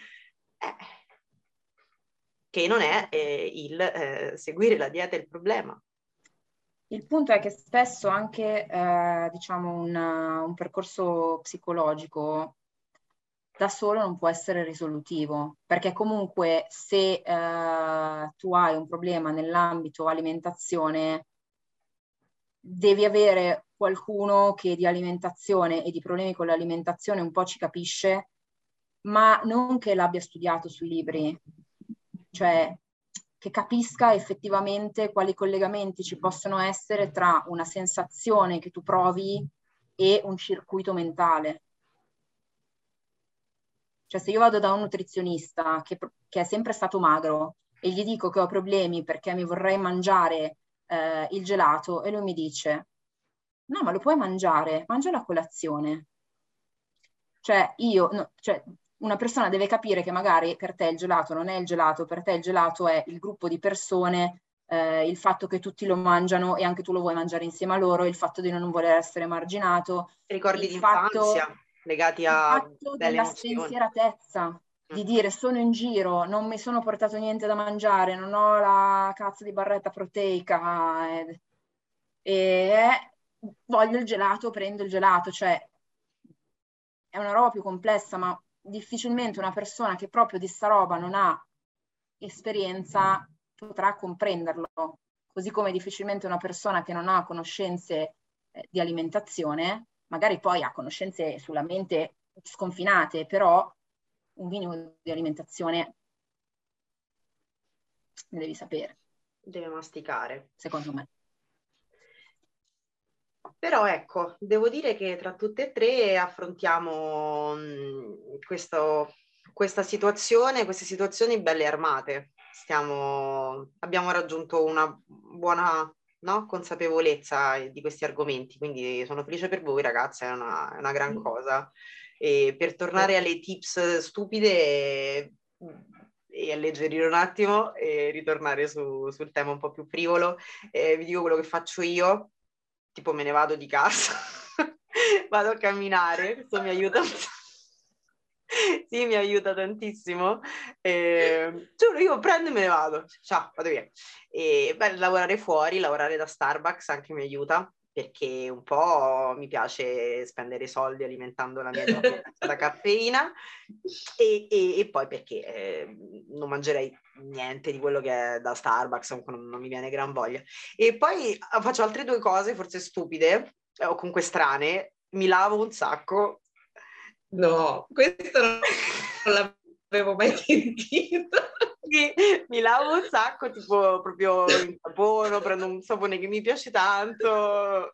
Che non è il seguire la dieta il problema. Il punto è che spesso anche, diciamo, un percorso psicologico da solo non può essere risolutivo, perché comunque se tu hai un problema nell'ambito alimentazione, devi avere qualcuno che di alimentazione e di problemi con l'alimentazione un po' ci capisce, ma non che l'abbia studiato sui libri, cioè che capisca effettivamente quali collegamenti ci possono essere tra una sensazione che tu provi e un circuito mentale. Cioè se io vado da un nutrizionista che è sempre stato magro e gli dico che ho problemi perché mi vorrei mangiare il gelato e lui mi dice no, ma lo puoi mangiare, mangialo a colazione. Cioè cioè una persona deve capire che magari per te il gelato non è il gelato, per te il gelato è il gruppo di persone, il fatto che tutti lo mangiano e anche tu lo vuoi mangiare insieme a loro, il fatto di non voler essere marginato, Ricordi il d'infanzia fatto, legati il a fatto belle della emozioni. spensieratezza, di dire sono in giro, non mi sono portato niente da mangiare, non ho la cazzo di barretta proteica voglio il gelato, prendo il gelato, cioè è una roba più complessa, ma difficilmente una persona che proprio di sta roba non ha esperienza potrà comprenderlo, così come difficilmente una persona che non ha conoscenze di alimentazione, magari poi ha conoscenze sulla mente sconfinate, però un minimo di alimentazione ne devi sapere, Deve masticare. secondo me. Però ecco, devo dire che tra tutte e tre affrontiamo questa situazione, queste situazioni belle armate. Abbiamo raggiunto una buona, no, consapevolezza di questi argomenti, quindi sono felice per voi ragazze, è una gran cosa. E per tornare alle tips stupide e alleggerire un attimo e ritornare sul tema un po' più frivolo, vi dico quello che faccio io. Tipo me ne vado di casa, vado a camminare, questo mi aiuta. Sì, mi aiuta tantissimo. Giuro, io prendo e me ne vado. Ciao, vado via. E beh, lavorare fuori, lavorare da Starbucks anche mi aiuta, perché un po' mi piace spendere soldi alimentando la mia dipendenza da caffeina e poi perché non mangerei niente di quello che è da Starbucks, comunque non mi viene gran voglia. E poi faccio altre 2 cose, forse stupide, o comunque strane, mi lavo un sacco. No, questo non l'avevo mai sentito. Mi lavo un sacco, tipo proprio in sapone, prendo un sapone che mi piace tanto.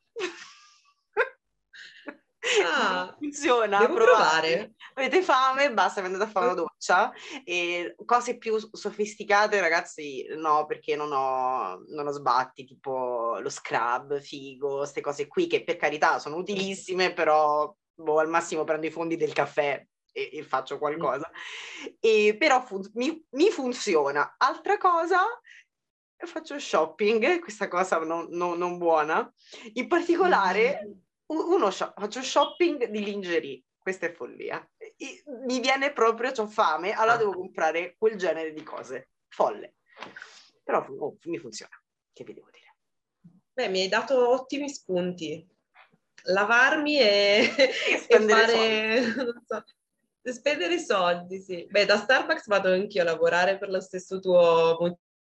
Funziona, devo provare. Avete fame? Basta, vi andate a fare una doccia. E cose più sofisticate, ragazzi, no, perché non ho sbatti, tipo lo scrub, figo, queste cose qui, che per carità sono utilissime, però al massimo prendo i fondi del caffè e faccio qualcosa. Però mi funziona. Altra cosa, faccio shopping, questa cosa non buona. In particolare faccio shopping di lingerie, questa è follia. Mi viene proprio, c'ho fame, allora devo comprare quel genere di cose. Folle. Però mi funziona, che vi devo dire. Beh, mi hai dato ottimi spunti. Lavarmi e spendere fare, soldi. non so, spendere soldi, sì. Beh, da Starbucks vado anch'io a lavorare per lo stesso tuo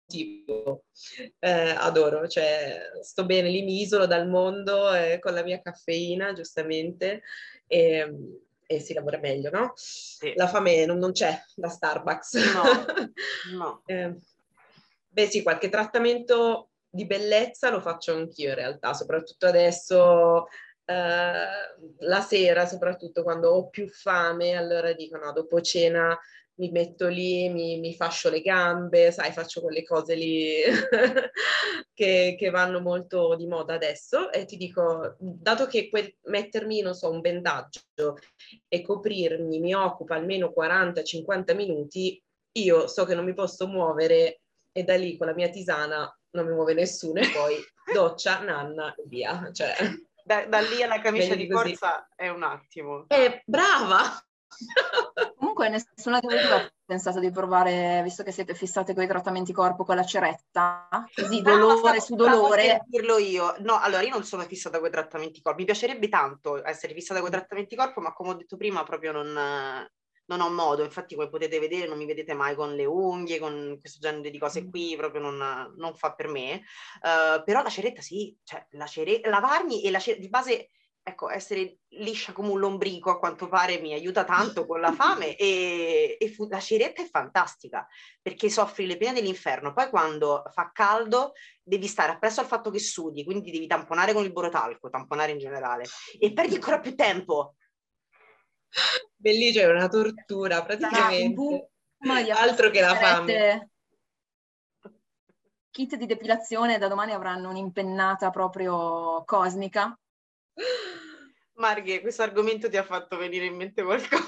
adoro, cioè sto bene lì, mi isolo dal mondo con la mia caffeina, giustamente, e si lavora meglio, no? Sì. La fame non c'è da Starbucks. No, no. Beh sì, qualche trattamento di bellezza lo faccio anch'io in realtà, soprattutto adesso, la sera, soprattutto quando ho più fame, allora dico no, dopo cena mi metto lì, mi fascio le gambe, sai, faccio quelle cose lì che vanno molto di moda adesso, e ti dico, dato che mettermi, non so, un bendaggio e coprirmi mi occupa almeno 40-50 minuti, io so che non mi posso muovere e da lì con la mia tisana non mi muove nessuno, e poi doccia, nanna e via. Cioè, da lì alla camicia di così. forza è un attimo. Brava! Comunque nessuna di voi due ha pensato di provare, visto che siete fissate con i trattamenti corpo, con la ceretta? Così, dolore su dolore. Per dirlo io. No, allora io non sono fissata con i trattamenti corpo. Mi piacerebbe tanto essere fissata con i trattamenti corpo, ma come ho detto prima proprio non ho modo. Infatti, come potete vedere, non mi vedete mai con le unghie, con questo genere di cose qui, proprio non fa per me. Però la ceretta sì, cioè lavarmi e di base... Ecco, essere liscia come un lombrico a quanto pare mi aiuta tanto con la fame e la ceretta è fantastica perché soffri le pene dell'inferno. Poi quando fa caldo devi stare appresso al fatto che sudi, quindi devi tamponare con il borotalco, tamponare in generale e perdi ancora più tempo. Bellissimo, è una tortura praticamente. Altro che la fame. Kit di depilazione, da domani avranno un'impennata proprio cosmica. Marghe, questo argomento ti ha fatto venire in mente qualcosa?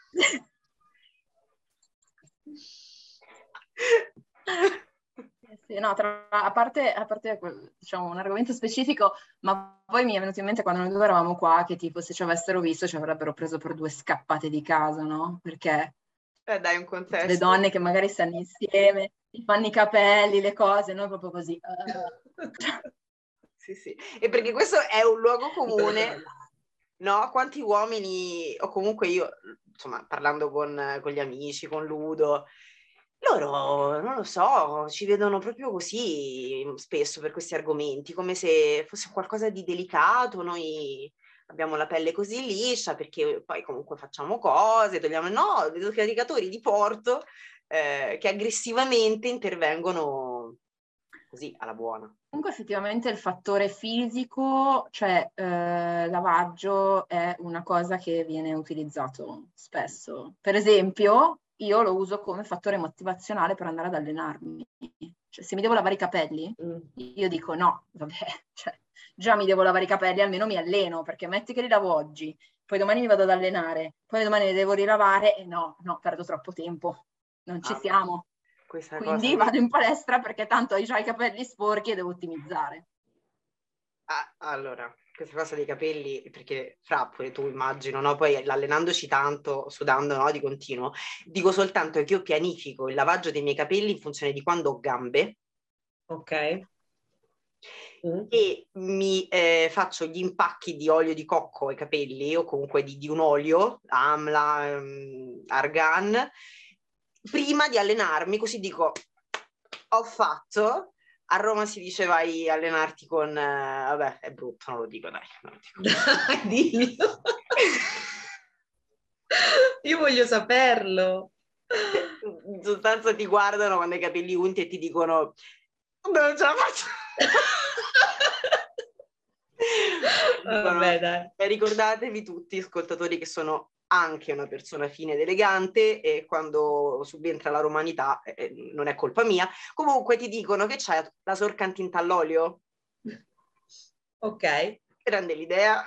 Sì, no, a parte diciamo, un argomento specifico, ma poi mi è venuto in mente quando noi due eravamo qua che tipo se ci avessero visto ci avrebbero preso per due scappate di casa, no? Perché dai un contesto. Le donne che magari stanno insieme, ti fanno i capelli, le cose, noi proprio così. Sì, sì. E perché questo è un luogo comune, no? Quanti uomini, o comunque io, insomma, parlando con gli amici, con Ludo, loro, non lo so, ci vedono proprio così spesso per questi argomenti, come se fosse qualcosa di delicato, noi abbiamo la pelle così liscia perché poi comunque facciamo cose, togliamo, no, vedo caricatori di porto che aggressivamente intervengono così alla buona. Comunque effettivamente il fattore fisico, cioè lavaggio, è una cosa che viene utilizzato spesso. Per esempio, io lo uso come fattore motivazionale per andare ad allenarmi. Cioè, se mi devo lavare i capelli, io dico no, vabbè, cioè, già mi devo lavare i capelli, almeno mi alleno, perché metti che li lavo oggi, poi domani mi vado ad allenare, poi domani li devo rilavare e no, perdo troppo tempo, non ci siamo. Quindi vado in palestra perché tanto ho già i capelli sporchi e devo ottimizzare. Allora, questa cosa dei capelli, perché Fra, pure tu immagino, no? Poi allenandoci tanto, sudando, no? Di continuo, dico soltanto che io pianifico il lavaggio dei miei capelli in funzione di quando ho gambe. Ok. E mi faccio gli impacchi di olio di cocco ai capelli o comunque di un olio, Amla, Argan, prima di allenarmi, così dico ho fatto. A Roma si dice vai a allenarti con vabbè è brutto, non lo dico, dai, non lo dico. Dillo. Io voglio saperlo. In sostanza ti guardano quando hai i capelli unti e ti dicono non ce la faccio. Vabbè, dai. Ricordatevi tutti, ascoltatori, che sono anche una persona fine ed elegante e quando subentra la romanità non è colpa mia. Comunque ti dicono che c'è la sorca intinta all'olio. Ok. Grande l'idea.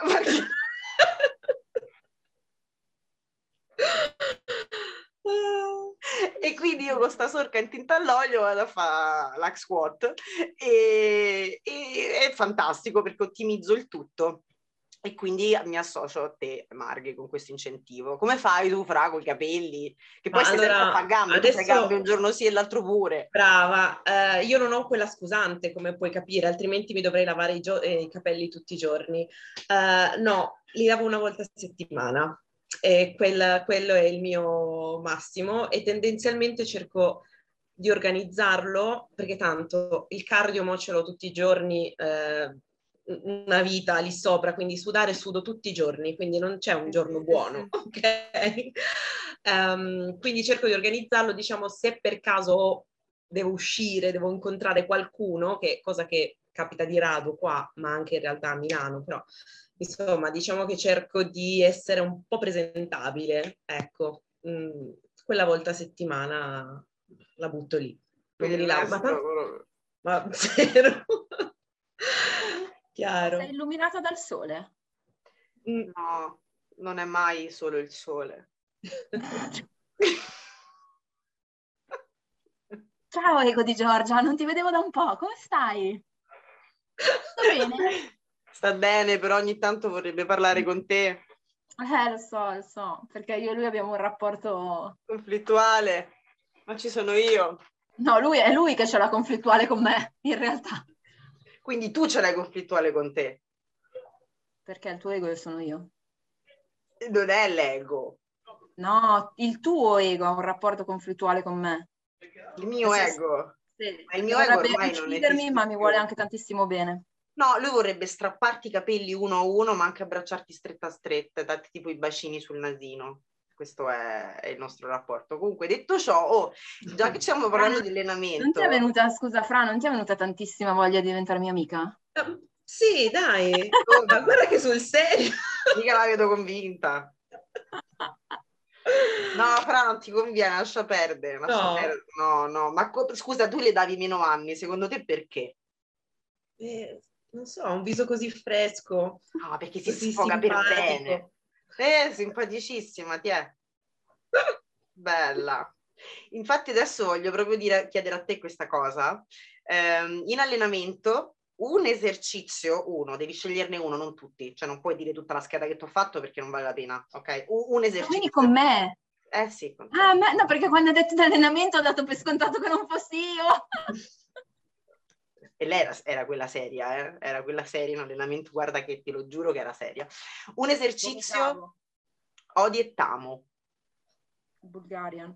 E quindi io con sta sorca intinta all'olio vado a fare l'hack squat e è fantastico perché ottimizzo il tutto. E quindi mi associo a te, Marghe, con questo incentivo. Come fai tu, Fra, con i capelli? Che poi sei sempre a fare gambe, tu fai gambe un giorno sì e l'altro pure. Brava, io non ho quella scusante, come puoi capire, altrimenti mi dovrei lavare i capelli tutti i giorni. No, li lavo una volta a settimana. E quello è il mio massimo e tendenzialmente cerco di organizzarlo, perché tanto il cardio mo ce l'ho tutti i giorni, una vita lì sopra, quindi sudare sudo tutti i giorni, quindi non c'è un giorno buono, ok? Quindi cerco di organizzarlo, diciamo, se per caso devo uscire, devo incontrare qualcuno, che cosa che capita di rado qua, ma anche in realtà a Milano, però insomma, diciamo che cerco di essere un po' presentabile, ecco, quella volta a settimana la butto lì. Non Quindi mi non è rilavo, ma zero. Chiaro. Sei illuminata dal sole? No, non è mai solo il sole. Ciao Ego di Giorgia, non ti vedevo da un po', come stai? Tutto bene? Sta bene, però ogni tanto vorrebbe parlare con te. Lo so, perché io e lui abbiamo un rapporto... Conflittuale, ma ci sono io. No, è lui che ce l'ha conflittuale con me, in realtà. Quindi tu ce l'hai conflittuale con te. Perché il tuo ego sono io. Non è l'ego. No, il tuo ego ha un rapporto conflittuale con me. Il mio ego. Sì, Ma il che mio ego vorrebbe ormai non uccidermi, esiste ma mi più. vuole anche tantissimo bene. No, lui vorrebbe strapparti i capelli uno a uno, ma anche abbracciarti stretta a stretta, darti tipo i bacini sul nasino. Questo è il nostro rapporto. Comunque, detto ciò, già che stiamo parlando di allenamento... Non ti è venuta, scusa Fra, non ti è venuta tantissima voglia di diventare mia amica? Sì, dai, ma guarda che sul serio. Mica la vedo convinta. No, Fra, non ti conviene, lascia perdere. Lascia perdere. No. Ma scusa, tu le davi meno anni, secondo te perché? Non so, ha un viso così fresco, Ah, perché si così sfoga per bene. simpatico. Simpaticissima, ti è. Bella. Infatti adesso voglio proprio chiedere a te questa cosa. In allenamento, un esercizio, devi sceglierne uno, non tutti. Cioè non puoi dire tutta la scheda che ti ho fatto perché non vale la pena, ok? Un esercizio. Quindi con me? Sì, con te. Ah, no, perché quando hai detto di allenamento ho dato per scontato che non fossi io. E lei era quella seria, era quella seria in allenamento, guarda che te lo giuro che era seria. Un esercizio odi e tamo. Bulgarian.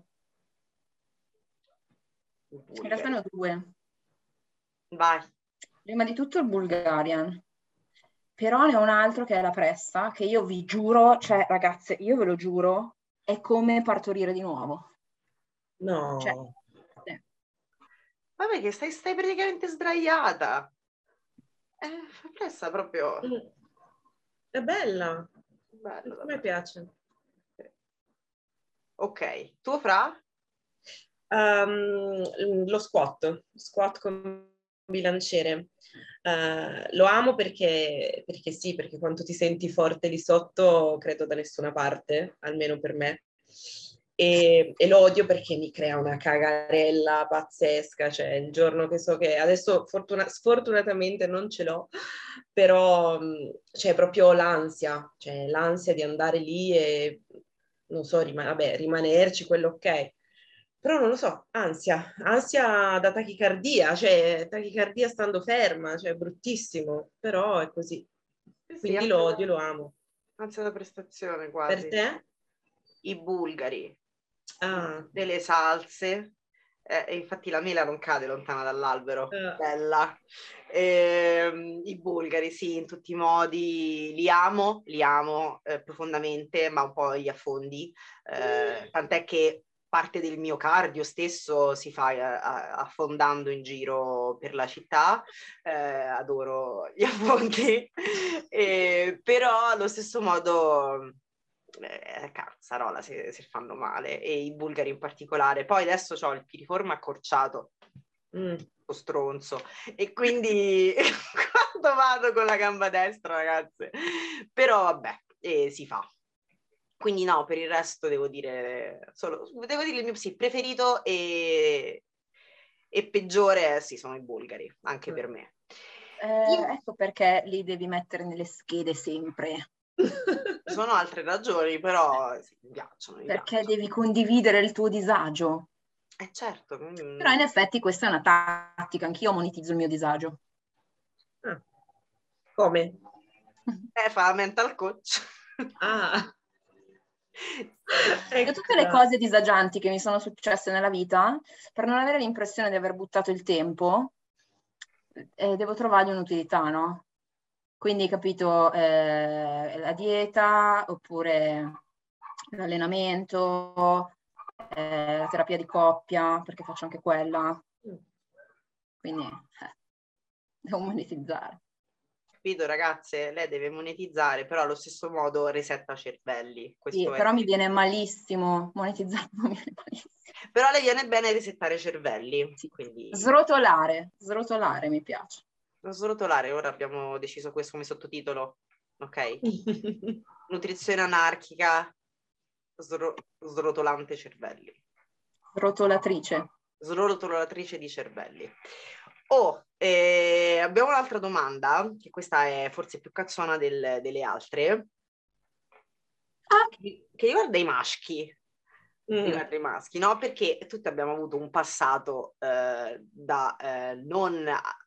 In realtà ne ho due. Vai. Prima di tutto il Bulgarian. Però ne ho un altro che è la pressa, che io vi giuro, cioè ragazze, io ve lo giuro, è come partorire di nuovo. No. Cioè, sì. Vabbè che stai praticamente sdraiata. La pressa proprio... È bella. Bello, A me piace. Ok, tuo Fra? Lo squat con bilanciere. Lo amo perché sì, perché quando ti senti forte di sotto, credo da nessuna parte, almeno per me. E lo odio perché mi crea una cagarella pazzesca, cioè il giorno che so che adesso sfortunatamente non ce l'ho, però c'è proprio l'ansia, cioè l'ansia di andare lì e non so, rimanerci, quello ok. Però non lo so, ansia da tachicardia, cioè tachicardia stando ferma, cioè bruttissimo, però è così. Quindi lo odio, lo amo. Ansia da prestazione Per quasi. te? I bulgari. Ah. Delle salse. E infatti la mela non cade lontana dall'albero. Bella. I bulgari, sì, in tutti i modi. Li amo profondamente, ma un po' gli affondi. Tant'è che parte del mio cardio stesso si fa affondando in giro per la città, adoro gli affondi, però allo stesso modo cazzarola se fanno male, e i bulgari in particolare. Poi adesso ho il piriforme accorciato, stronzo, e quindi quando vado con la gamba destra, ragazze, però vabbè, si fa. Quindi no, per il resto devo dire il mio sì, preferito e peggiore, sì, sono i bulgari, anche per me. Ecco perché li devi mettere nelle schede sempre. Ci sono altre ragioni, però sì, mi piacciono. Perché devi condividere il tuo disagio. Certo. Però in effetti questa è una tattica, anch'io monetizzo il mio disagio. Come? Fa la mental coach. Io tutte le cose disagianti che mi sono successe nella vita, per non avere l'impressione di aver buttato il tempo, devo trovargli un'utilità, no? Quindi, capito, la dieta, oppure l'allenamento, la terapia di coppia, perché faccio anche quella. Quindi, devo monetizzare. Capito, ragazze? Lei deve monetizzare, però allo stesso modo resetta cervelli. Sì, però mi viene malissimo, monetizzare mi viene malissimo. Però le viene bene resettare cervelli. Sì. Quindi... Srotolare mi piace. Srotolare, ora abbiamo deciso questo come sottotitolo, ok? Nutrizione anarchica, srotolante cervelli. Rotolatrice. Srotolatrice di cervelli. Abbiamo un'altra domanda, che questa è forse più cazzona delle altre, che riguarda i maschi. Riguarda i maschi, no? Perché tutti abbiamo avuto un passato da non...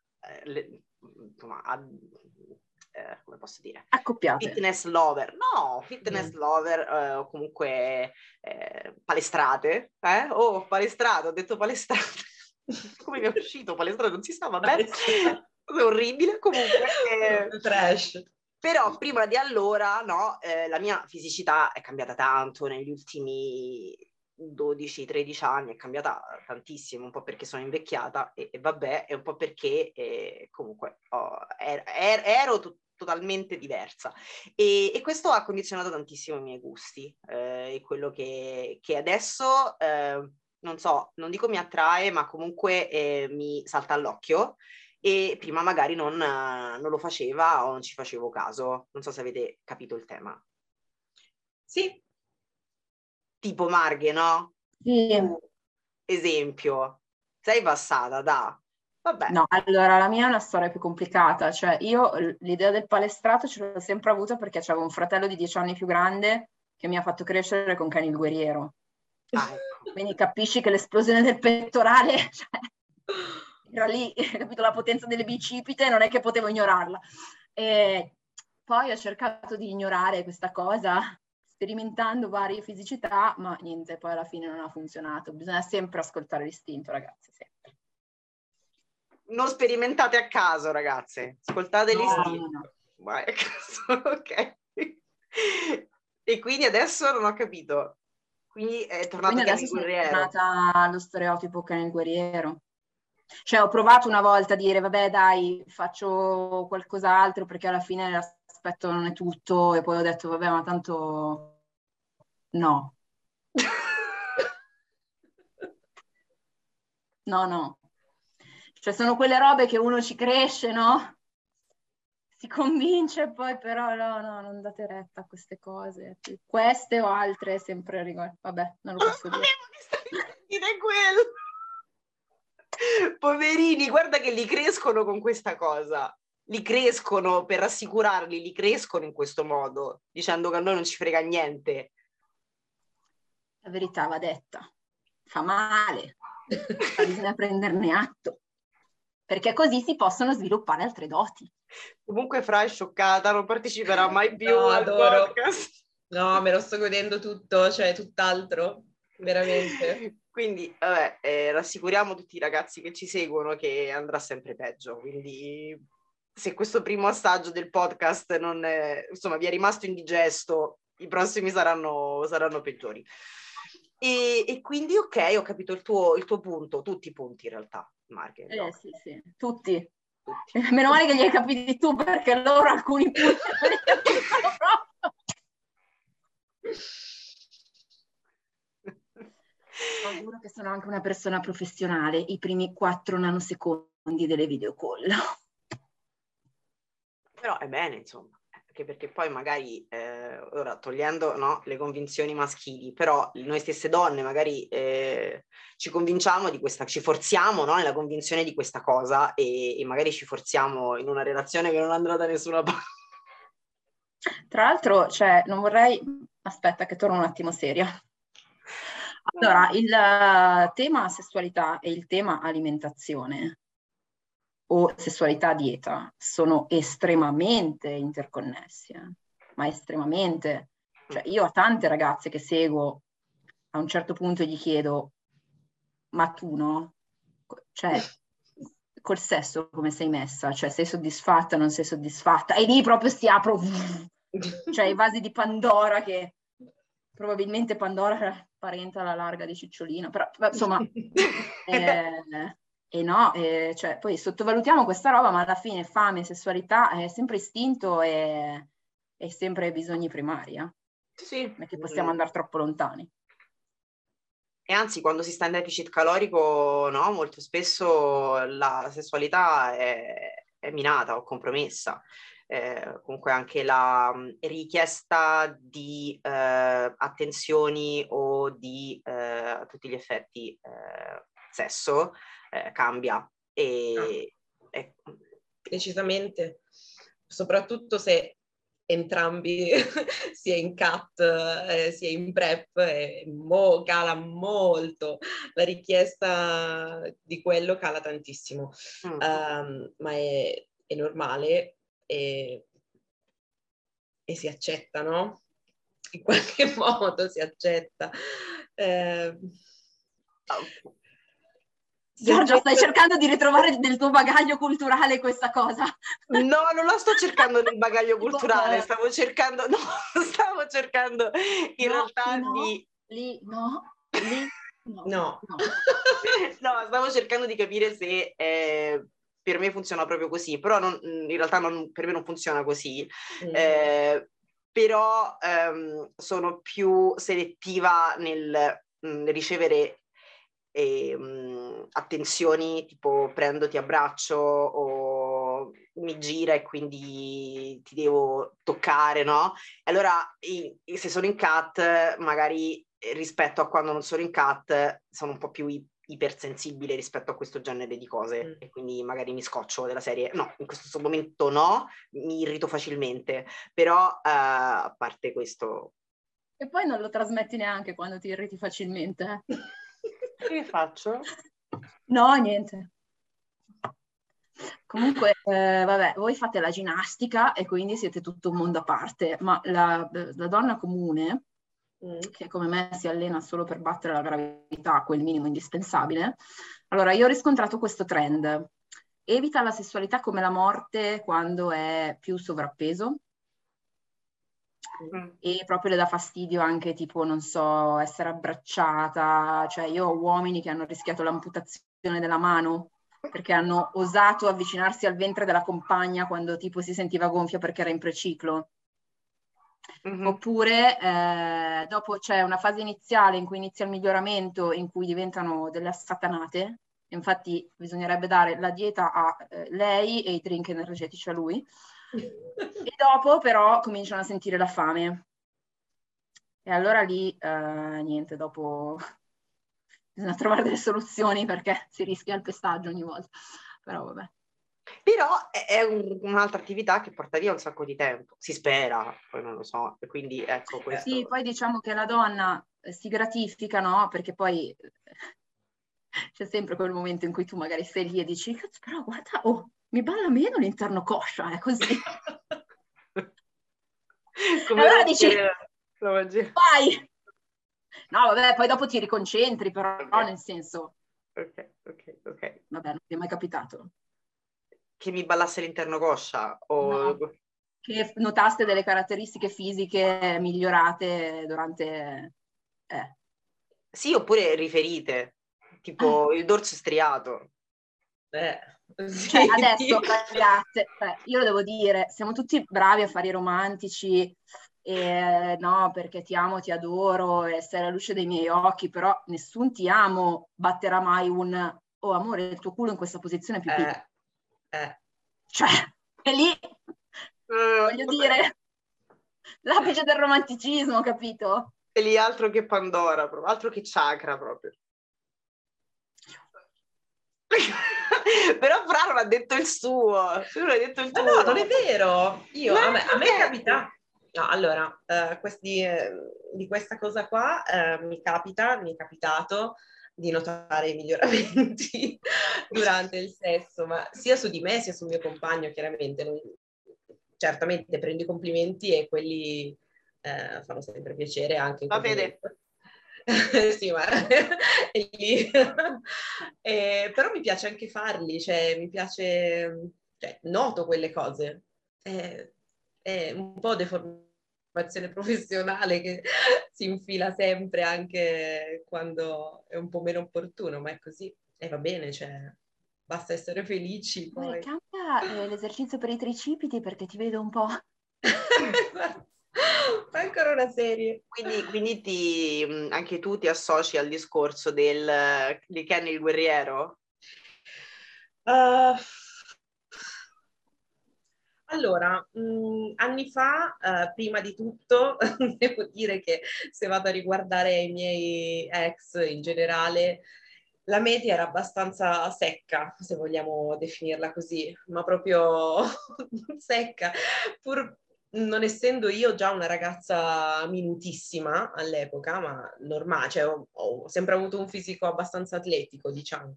come posso dire? Accoppiate. Fitness lover, no, fitness lover o comunque palestrate, palestrato, ho detto palestrate, come mi è uscito palestrato, non si sa, vabbè, è orribile, comunque. Trash. Però prima di allora, no, la mia fisicità è cambiata tanto negli ultimi 12-13 anni, è cambiata tantissimo, un po' perché sono invecchiata e vabbè, e un po' perché comunque ero totalmente diversa e questo ha condizionato tantissimo i miei gusti e quello che adesso, non so, non dico mi attrae, ma comunque mi salta all'occhio. E prima magari non lo faceva o non ci facevo caso. Non so se avete capito il tema. Sì. Tipo Marghe, no? Sì. Esempio. Sei passata da... Vabbè. No, allora la mia è una storia più complicata. Cioè io l'idea del palestrato ce l'ho sempre avuta perché avevo un fratello di 10 anni più grande che mi ha fatto crescere con Cani il Guerriero. Ecco. Quindi capisci che l'esplosione del pettorale... Cioè, era lì, capito, la potenza delle bicipite, non è che potevo ignorarla. E poi ho cercato di ignorare questa cosa, sperimentando varie fisicità, ma niente, poi alla fine non ha funzionato. Bisogna sempre ascoltare l'istinto, ragazzi, sempre. Non sperimentate a caso, ragazze. Ascoltate l'istinto. No. Vai a caso, ok. E quindi adesso non ho capito. Quindi è tornato Cane il Guerriero. Sono tornata allo stereotipo Cane il Guerriero. Cioè ho provato una volta a dire vabbè dai faccio qualcos'altro perché alla fine l'aspetto non è tutto e poi ho detto vabbè ma tanto no. No. Cioè sono quelle robe che uno ci cresce, no? Si convince poi però no, non date retta a queste cose. Queste o altre sempre riguardo. Vabbè, non lo posso dire. Dire quello. Poverini, guarda che li crescono con questa cosa. Li crescono per rassicurarli, li crescono in questo modo, dicendo che a noi non ci frega niente. La verità va detta. Fa male. Bisogna prenderne atto. Perché così si possono sviluppare altre doti. Comunque Fra è scioccata, non parteciperà mai più al adoro. podcast. No, me lo sto godendo tutto, cioè tutt'altro, veramente. Quindi, vabbè, rassicuriamo tutti i ragazzi che ci seguono che andrà sempre peggio, quindi se questo primo assaggio del podcast non è, insomma, vi è rimasto indigesto, i prossimi saranno peggiori. E quindi, ok, ho capito il tuo punto, tutti i punti in realtà, Marghe. Sì, tutti. Meno male che li hai capiti tu, perché loro alcuni punti non li capiscono proprio. Auguro che sono anche una persona professionale, i primi 4 nanosecondi delle video call. Però è bene, insomma, anche perché poi magari, ora togliendo no, le convinzioni maschili, però noi stesse donne magari ci convinciamo di questa, ci forziamo no, nella convinzione di questa cosa e magari ci forziamo in una relazione che non andrà da nessuna parte. Tra l'altro, cioè, non vorrei... Aspetta che torno un attimo seria. Allora, il tema sessualità e il tema alimentazione o sessualità-dieta sono estremamente interconnessi, ma estremamente. Cioè, io a tante ragazze che seguo, a un certo punto gli chiedo, ma tu no? Cioè, col sesso come sei messa? Cioè, sei soddisfatta, non sei soddisfatta? E lì proprio si apro, cioè i vasi di Pandora, che probabilmente Pandora era parente alla larga di Cicciolina, però insomma, e no, cioè, poi sottovalutiamo questa roba, ma alla fine fame, sessualità è sempre istinto e sempre bisogni primari, Sì. non è che possiamo andare troppo lontani. E anzi, quando si sta in deficit calorico, no, molto spesso la sessualità è minata o compromessa. Comunque anche la richiesta di attenzioni o di a tutti gli effetti sesso cambia. Decisamente, soprattutto se entrambi sia in cut sia in prep, cala molto, la richiesta di quello cala tantissimo. Ma è normale e si accetta, no? In qualche modo si accetta. Giorgia, stai cercando di ritrovare nel tuo bagaglio culturale questa cosa? No, non la sto cercando nel bagaglio culturale, stavo cercando in realtà No. Stavo cercando di capire se per me funziona proprio così, però in realtà per me non funziona così. Però sono più selettiva nel ricevere attenzioni, tipo prendo, ti abbraccio o mi gira e quindi ti devo toccare, no? Allora, se sono in cut, magari rispetto a quando non sono in cut, sono un po' più ipersensibile rispetto a questo genere di cose e quindi magari mi scoccio della serie. No, in questo momento no, mi irrito facilmente, però a parte questo... E poi non lo trasmetti neanche quando ti irriti facilmente. Che faccio? No, niente. Comunque, vabbè, voi fate la ginnastica e quindi siete tutto un mondo a parte, ma la donna comune, che come me si allena solo per battere la gravità, quel minimo indispensabile, allora io ho riscontrato questo trend. Evita la sessualità come la morte quando è più sovrappeso, e proprio le dà fastidio anche tipo, non so, essere abbracciata, cioè io ho uomini che hanno rischiato l'amputazione della mano perché hanno osato avvicinarsi al ventre della compagna quando tipo si sentiva gonfia perché era in preciclo. Oppure dopo c'è una fase iniziale in cui inizia il miglioramento, in cui diventano delle assatanate. Infatti bisognerebbe dare la dieta a lei e i drink energetici a lui. E dopo però cominciano a sentire la fame. E allora lì, niente, dopo bisogna trovare delle soluzioni perché si rischia il pestaggio ogni volta. Però vabbè. Però è un'altra attività che porta via un sacco di tempo, si spera, poi non lo so, e quindi ecco questo. Sì, poi diciamo che la donna si gratifica, no? Perché poi c'è sempre quel momento in cui tu magari sei lì e dici, cazzo, però guarda, mi balla meno l'interno coscia, è così. Come allora dici, vai! No, vabbè, poi dopo ti riconcentri, però nel senso... Ok. Vabbè, non ti è mai capitato. Che mi ballasse l'interno coscia? No, che notaste delle caratteristiche fisiche migliorate durante... Sì, oppure riferite, tipo il dorso striato. Sì. Cioè, adesso, ragazze, io lo devo dire, siamo tutti bravi a fare i romantici, no, perché ti amo, ti adoro, e sei la luce dei miei occhi, però nessun ti amo batterà mai oh amore, il tuo culo in questa posizione più piccola. Cioè, è lì, voglio dire, l'apice del romanticismo, capito? E lì altro che Pandora, altro che chakra proprio. Però Fra non ha detto il suo. Tu non hai detto il tuo. No, non è vero. A me capita. No, allora, di questa cosa qua mi è capitato di notare i miglioramenti durante il sesso, ma sia su di me sia sul mio compagno, chiaramente. Certamente prendo i complimenti e quelli fanno sempre piacere anche in Va bene. Sì, ma è lì. Però mi piace anche farli, cioè mi piace, cioè, noto quelle cose. È un po' deformazione professionale che si infila sempre anche quando è un po' meno opportuno, ma è così e va bene, cioè basta essere felici poi. Cambia l'esercizio per i tricipiti perché ti vedo un po'. Fai ancora una serie. Quindi anche tu ti associ al discorso di Ken il guerriero? Allora, anni fa, prima di tutto, devo dire che se vado a riguardare i miei ex in generale, la media era abbastanza secca, se vogliamo definirla così, ma proprio secca, pur non essendo io già una ragazza minutissima all'epoca, ma normale, cioè ho sempre avuto un fisico abbastanza atletico, diciamo.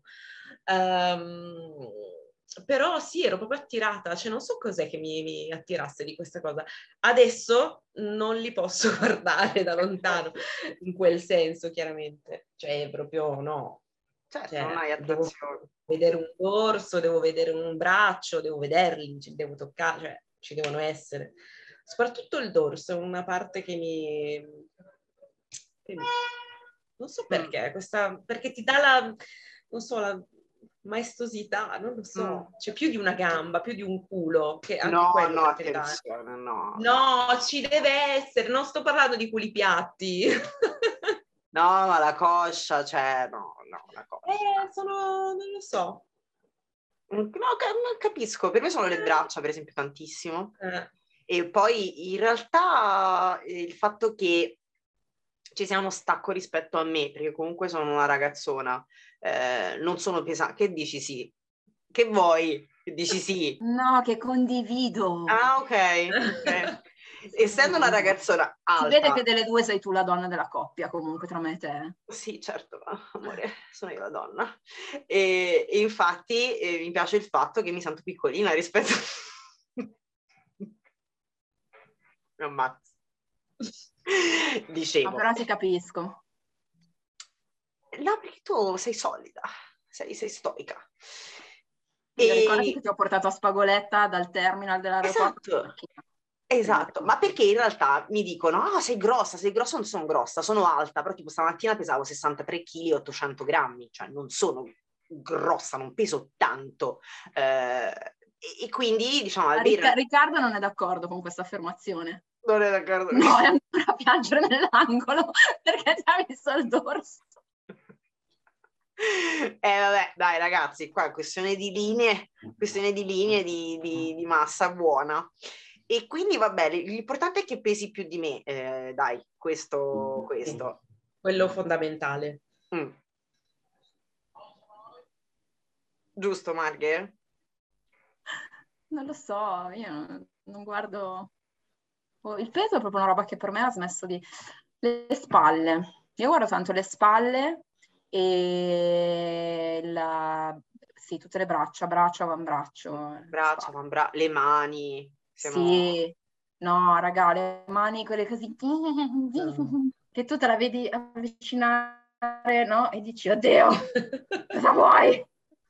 Però sì, ero proprio attirata, cioè non so cos'è che mi attirasse di questa cosa. Adesso non li posso guardare da lontano, in quel senso, chiaramente. Cioè, proprio no. Certo, Cioè, non hai devo attrazione. vedere un dorso, devo vedere un braccio, devo vederli, ci devo toccare, cioè ci devono essere. Soprattutto il dorso è una parte non so perché, perché ti dà non so, la maestosità, non lo so. C'è più di una gamba, più di un culo, che anche No, quello, no, per carità. attenzione, no. No, ci deve essere, non sto parlando di culi piatti. No, ma la coscia, cioè, no, la coscia. Non lo so. No, capisco, per me sono le braccia, per esempio, tantissimo. E poi, in realtà, il fatto che ci sia uno stacco rispetto a me, perché comunque sono una ragazzona, non sono pesante. Che dici sì? Che vuoi? Che dici sì? No, che condivido. Ah, ok. Essendo una ragazzona Si vede alta. che delle due sei tu la donna della coppia, comunque, tra me e te. Sì, certo, amore, sono io la donna. E infatti mi piace il fatto che mi sento piccolina rispetto Mi ammazzo. Dicevo. Ma però ti capisco. No, perché tu sei solida, sei stoica. Ricordati che ti ho portato a Spagoletta dal terminal dell'aeroporto. Esatto, ma perché in realtà mi dicono, sei grossa, non sono grossa, sono alta, però tipo stamattina pesavo 63 kg e 800 grammi, cioè non sono grossa, non peso tanto. E quindi, diciamo, Riccardo non è d'accordo con questa affermazione. Non è d'accordo. No, è ancora a piangere nell'angolo perché ti ha visto il dorso. Vabbè, dai ragazzi, qua è questione di linee, di massa buona. E quindi va bene, l'importante è che pesi più di me, dai, questo. Quello fondamentale. Giusto, Marghe? Non lo so, io non guardo... Il peso è proprio una roba che per me ha smesso di... Le spalle. Io guardo tanto le spalle e sì, tutte le braccia, avambraccio. Le mani. Sì, no, raga, le mani quelle così che tu te la vedi avvicinare, no? E dici, oddio, cosa vuoi?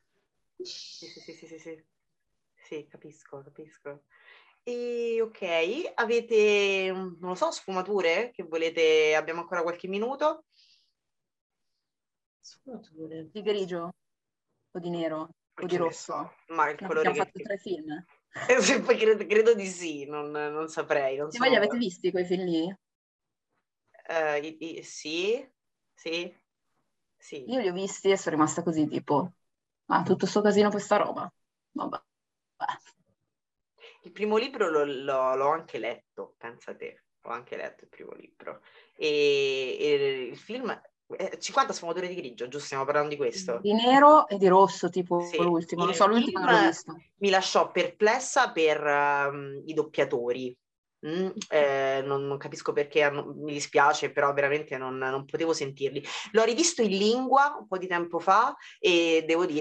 Sì, capisco. E ok, avete, non lo so, sfumature che volete? Abbiamo ancora qualche minuto? Sfumature. Di grigio o di nero o di rosso? So, ma il colore abbiamo fatto 3 film. Poi credo di sì, non saprei. Non Voi li avete visti quei film lì? Sì. Io li ho visti e sono rimasta così, tipo, tutto sto casino per sta roba. Vabbè. Il primo libro l'ho anche letto, pensa te, ho anche letto il primo libro. E il film, 50 sfumature di grigio, giusto? Stiamo parlando di questo? Di nero e di rosso, tipo sì. l'ultimo. Non Il so, l'ultimo non l'ho visto. Mi lasciò perplessa per i doppiatori. Non capisco perché, mi dispiace, però veramente non potevo sentirli. L'ho rivisto in lingua un po' di tempo fa e devo dire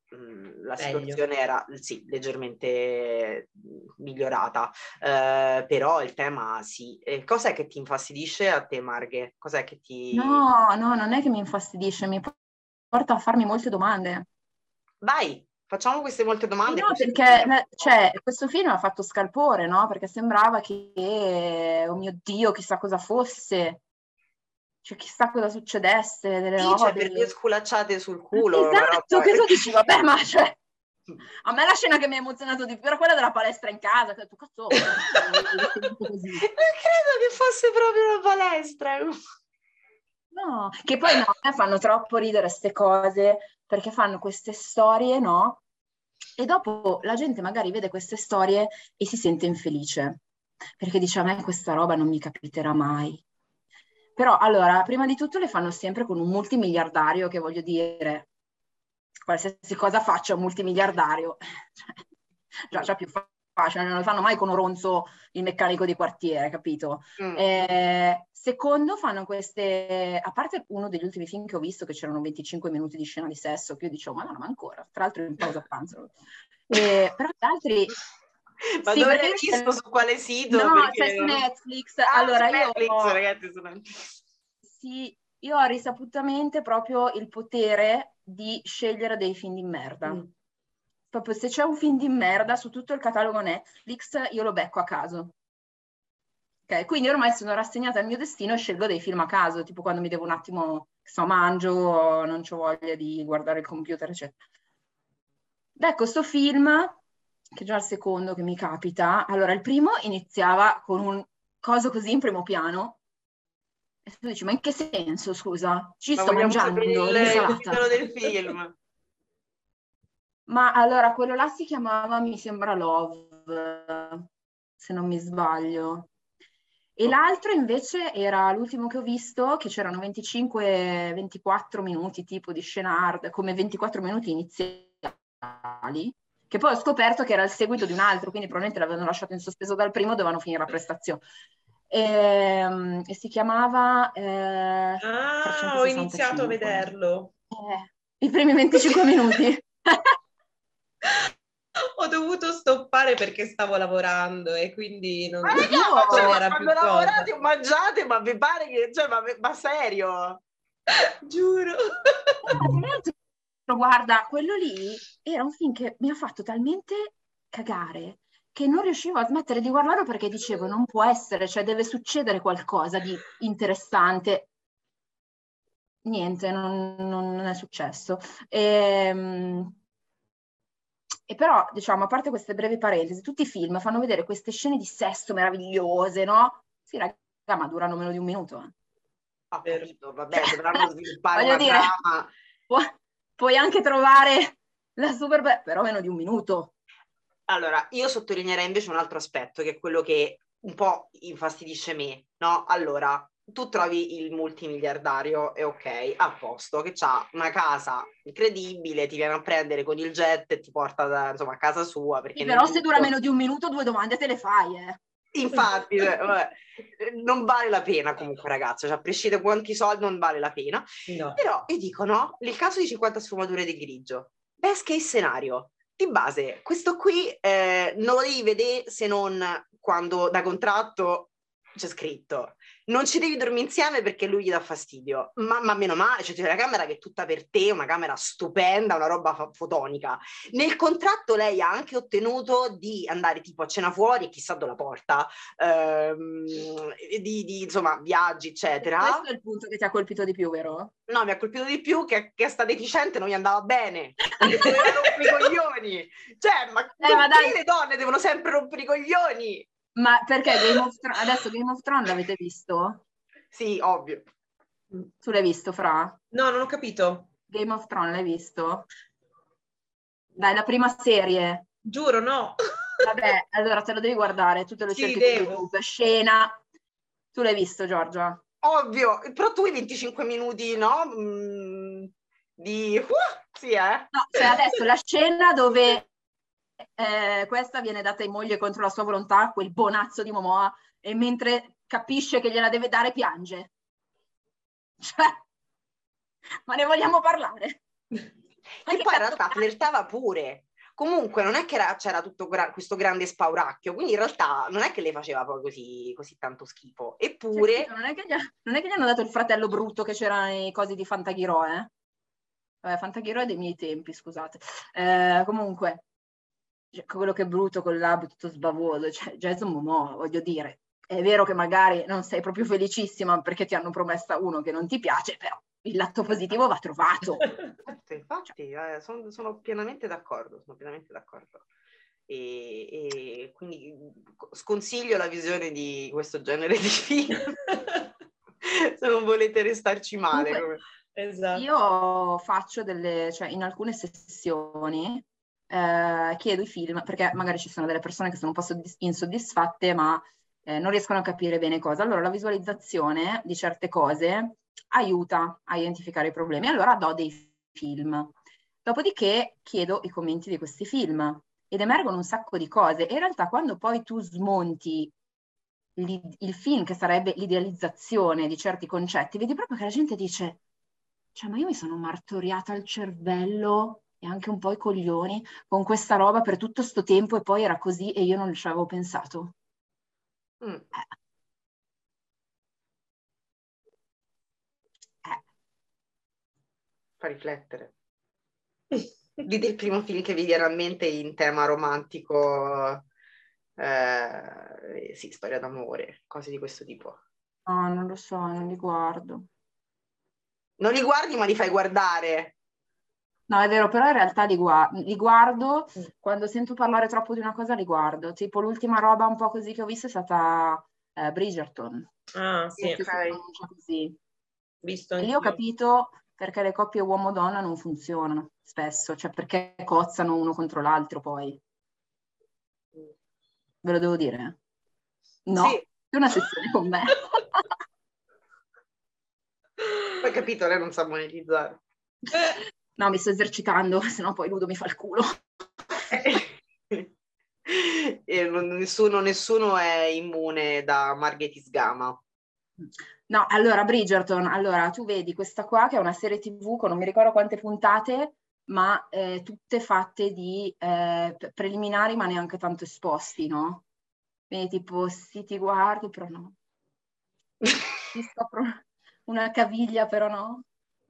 la situazione era sì, leggermente migliorata, però il tema sì. Cos'è che ti infastidisce a te, Marghe? Cos'è che ti... No, non è che mi infastidisce, mi porta a farmi molte domande. Vai, facciamo queste molte domande. No, perché cioè, questo film ha fatto scalpore, no? Perché sembrava che, oh mio Dio, chissà cosa fosse, cioè chissà cosa succedesse, delle Sì, cioè per robe. due sculacciate sul culo. Esatto, che tu dici, vabbè, ma cioè, a me la scena che mi ha emozionato di più era quella della palestra in casa, che tu cazzo, così. Non credo che fosse proprio una palestra. No, che poi no, a me fanno troppo ridere queste cose, perché fanno queste storie, no? E dopo la gente magari vede queste storie e si sente infelice, perché dice a me questa roba non mi capiterà mai. Però allora, prima di tutto le fanno sempre con un multimiliardario, che voglio dire, qualsiasi cosa faccia un multimiliardario, già più facile, non lo fanno mai con Oronzo, il meccanico di quartiere, capito? Secondo, fanno queste, a parte uno degli ultimi film che ho visto, che c'erano 25 minuti di scena di sesso, che io dicevo, ma no, ma ancora, tra l'altro in pausa pranzo. Però gli altri... Ma sì, dove perché l'hai visto? Su quale sito? no, Perché... c'è su Netflix. Ah, Allora, su Netflix, ragazzi, su Netflix. sì, io ho risaputamente proprio il potere di scegliere dei film di merda. Proprio se c'è un film di merda su tutto il catalogo Netflix, io lo becco a caso. Okay? Quindi ormai sono rassegnata al mio destino e scelgo dei film a caso, tipo quando mi devo un attimo, mangio, non ho voglia di guardare il computer, eccetera. Ecco, sto film, che già è il secondo che mi capita, allora il primo iniziava con un coso così in primo piano, e tu dici, ma in che senso, scusa? Ci Ma sto vogliamo mangiando sapere il l'insalata. titolo del film? Ma allora, quello là si chiamava, mi sembra, Love, se non mi sbaglio. E l'altro invece era l'ultimo che ho visto, che c'erano 25-24 minuti tipo di scena hard, come 24 minuti iniziali, che poi ho scoperto che era il seguito di un altro, quindi probabilmente l'avevano lasciato in sospeso dal primo, dovevano finire la prestazione. E si chiamava ho iniziato a 365. vederlo. I primi 25 minuti. Ho dovuto stoppare perché stavo lavorando e quindi non, Ma raga, ma non cioè, era più quando lavorate cosa. o mangiate, ma vi pare che... Cioè, ma serio? Giuro. Guarda, quello lì era un film che mi ha fatto talmente cagare che non riuscivo a smettere di guardarlo perché dicevo non può essere, cioè deve succedere qualcosa di interessante. Niente, non è successo. E però, diciamo, a parte queste brevi parentesi, tutti i film fanno vedere queste scene di sesso meravigliose, no? Sì, raga, ma durano meno di un minuto. Ho capito, vabbè, dovranno sviluppare Voglio una dire, trama. puoi anche trovare la super... però meno di un minuto. Allora, io sottolineerei invece un altro aspetto, che è quello che un po' infastidisce me, no? Allora, tu trovi il multimiliardario e ok, a posto, che ha una casa incredibile, ti viene a prendere con il jet e ti porta insomma, a casa sua. Perché Sì, però se dura meno di un minuto, 2 domande te le fai, Infatti, vabbè, non vale la pena comunque, ragazzi, cioè, a prescindere da quanti soldi non vale la pena. No. Però io dico, no, nel caso di 50 sfumature di grigio, best case scenario, di base, questo qui non lo devi vedere se non quando da contratto c'è scritto. Non ci devi dormire insieme perché lui gli dà fastidio, ma meno male, cioè c'è una camera che è tutta per te, una camera stupenda, una roba fotonica. Nel contratto lei ha anche ottenuto di andare tipo a cena fuori e chissà dove la porta, insomma viaggi eccetera. Questo è il punto che ti ha colpito di più, vero? No, mi ha colpito di più che sta deficiente non gli andava bene, perché doveva rompere i coglioni. Cioè, ma dai, le donne devono sempre rompere i coglioni. Ma perché adesso Game of Thrones l'avete visto? Sì, ovvio. Tu l'hai visto, Fra? No, non ho capito. Game of Thrones l'hai visto? Dai, la prima serie. Giuro, no. Vabbè, allora te lo devi guardare, tu te lo cerchi su YouTube, scena. Tu l'hai visto, Giorgia? Ovvio, però tu hai 25 minuti, no? Sì, No, cioè adesso la scena dove questa viene data in moglie contro la sua volontà, quel bonazzo di Momoa, e mentre capisce che gliela deve dare piange. Cioè, ma ne vogliamo parlare? Che poi in realtà flirtava pure. Comunque non è che c'era tutto questo grande spauracchio, quindi in realtà non è che le faceva poi così tanto schifo. Eppure... Cioè, non è che gli hanno dato il fratello brutto che c'era nei cosi di Fantaghirò, eh? Fantaghirò è dei miei tempi, scusate. Comunque, cioè, quello che è brutto con il labbro tutto sbavoso, cioè Jason Momoa, voglio dire. È vero che magari non sei proprio felicissima perché ti hanno promessa uno che non ti piace, però il lato positivo va trovato. Infatti, sono pienamente d'accordo, E quindi sconsiglio la visione di questo genere di film se non volete restarci male. Comunque, esatto. Io faccio cioè in alcune sessioni chiedo i film, perché magari ci sono delle persone che sono un po' insoddisfatte, ma non riescono a capire bene cosa. Allora la visualizzazione di certe cose aiuta a identificare i problemi. Allora do dei film. Dopodiché chiedo i commenti di questi film ed emergono un sacco di cose. E in realtà quando poi tu smonti il film, che sarebbe l'idealizzazione di certi concetti, vedi proprio che la gente dice, cioè, ma io mi sono martoriata il cervello e anche un po' i coglioni con questa roba per tutto sto tempo e poi era così e io non ci avevo pensato. Fa riflettere. Dite il primo film che vi viene a mente in tema romantico, sì, storia d'amore, cose di questo tipo. No, non lo so, non li guardo. Non li guardi, ma li fai guardare. No, è vero, però in realtà li guardo, quando sento parlare troppo di una cosa li guardo. Tipo l'ultima roba un po' così che ho visto è stata Bridgerton. Ah, sì. Che si pronuncia così. Visto e lì ho capito perché le coppie uomo-donna non funzionano spesso, cioè perché cozzano uno contro l'altro poi. Ve lo devo dire? No, sì. È una sessione con me. Poi capito, lei non sa monetizzare. No, mi sto esercitando, sennò poi Ludo mi fa il culo. E nessuno è immune da Marghetis Gama. No, allora Bridgerton, allora tu vedi questa qua che è una serie TV con non mi ricordo quante puntate, ma tutte fatte di preliminari ma neanche tanto esposti, no? Quindi tipo sì ti guardo però no. Ti scopro una caviglia però no.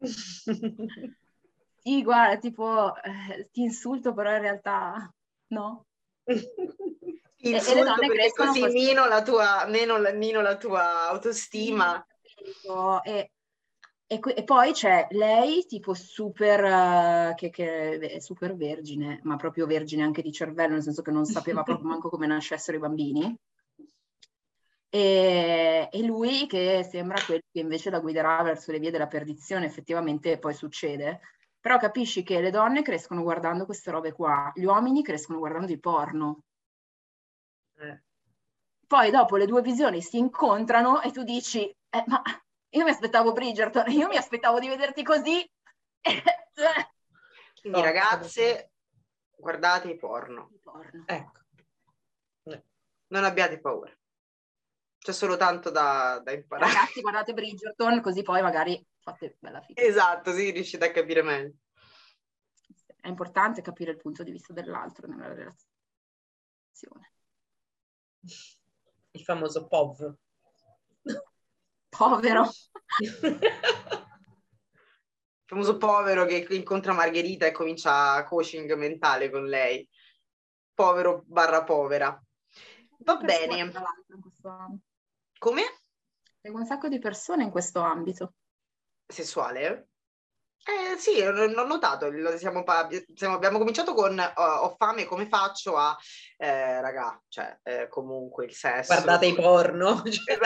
Sì, guarda, tipo ti insulto però in realtà no. Ti E le insulto donne perché crescono così così. meno la tua autostima. Sì, e poi c'è lei tipo super, che è super vergine, ma proprio vergine anche di cervello, nel senso che non sapeva proprio manco come nascessero i bambini. E lui che sembra quello che invece la guiderà verso le vie della perdizione, effettivamente poi succede. Però capisci che le donne crescono guardando queste robe qua, gli uomini crescono guardando il porno. Poi dopo le due visioni si incontrano e tu dici, ma io mi aspettavo Bridgerton, io mi aspettavo di vederti così. Quindi ragazze, guardate i porno. Ecco. Non abbiate paura. C'è solo tanto da imparare. Ragazzi, guardate Bridgerton, così poi magari fate bella figa. Esatto, sì, riuscite a capire meglio. È importante capire il punto di vista dell'altro nella relazione. Il famoso POV. Povero. Il famoso povero che incontra Margherita e comincia coaching mentale con lei. Povero / povera. Va bene. Come? Seguo un sacco di persone in questo ambito. Sessuale? Sì, l'ho notato, abbiamo cominciato con ho fame, come faccio a, raga, cioè comunque il sesso. Guardate i porno.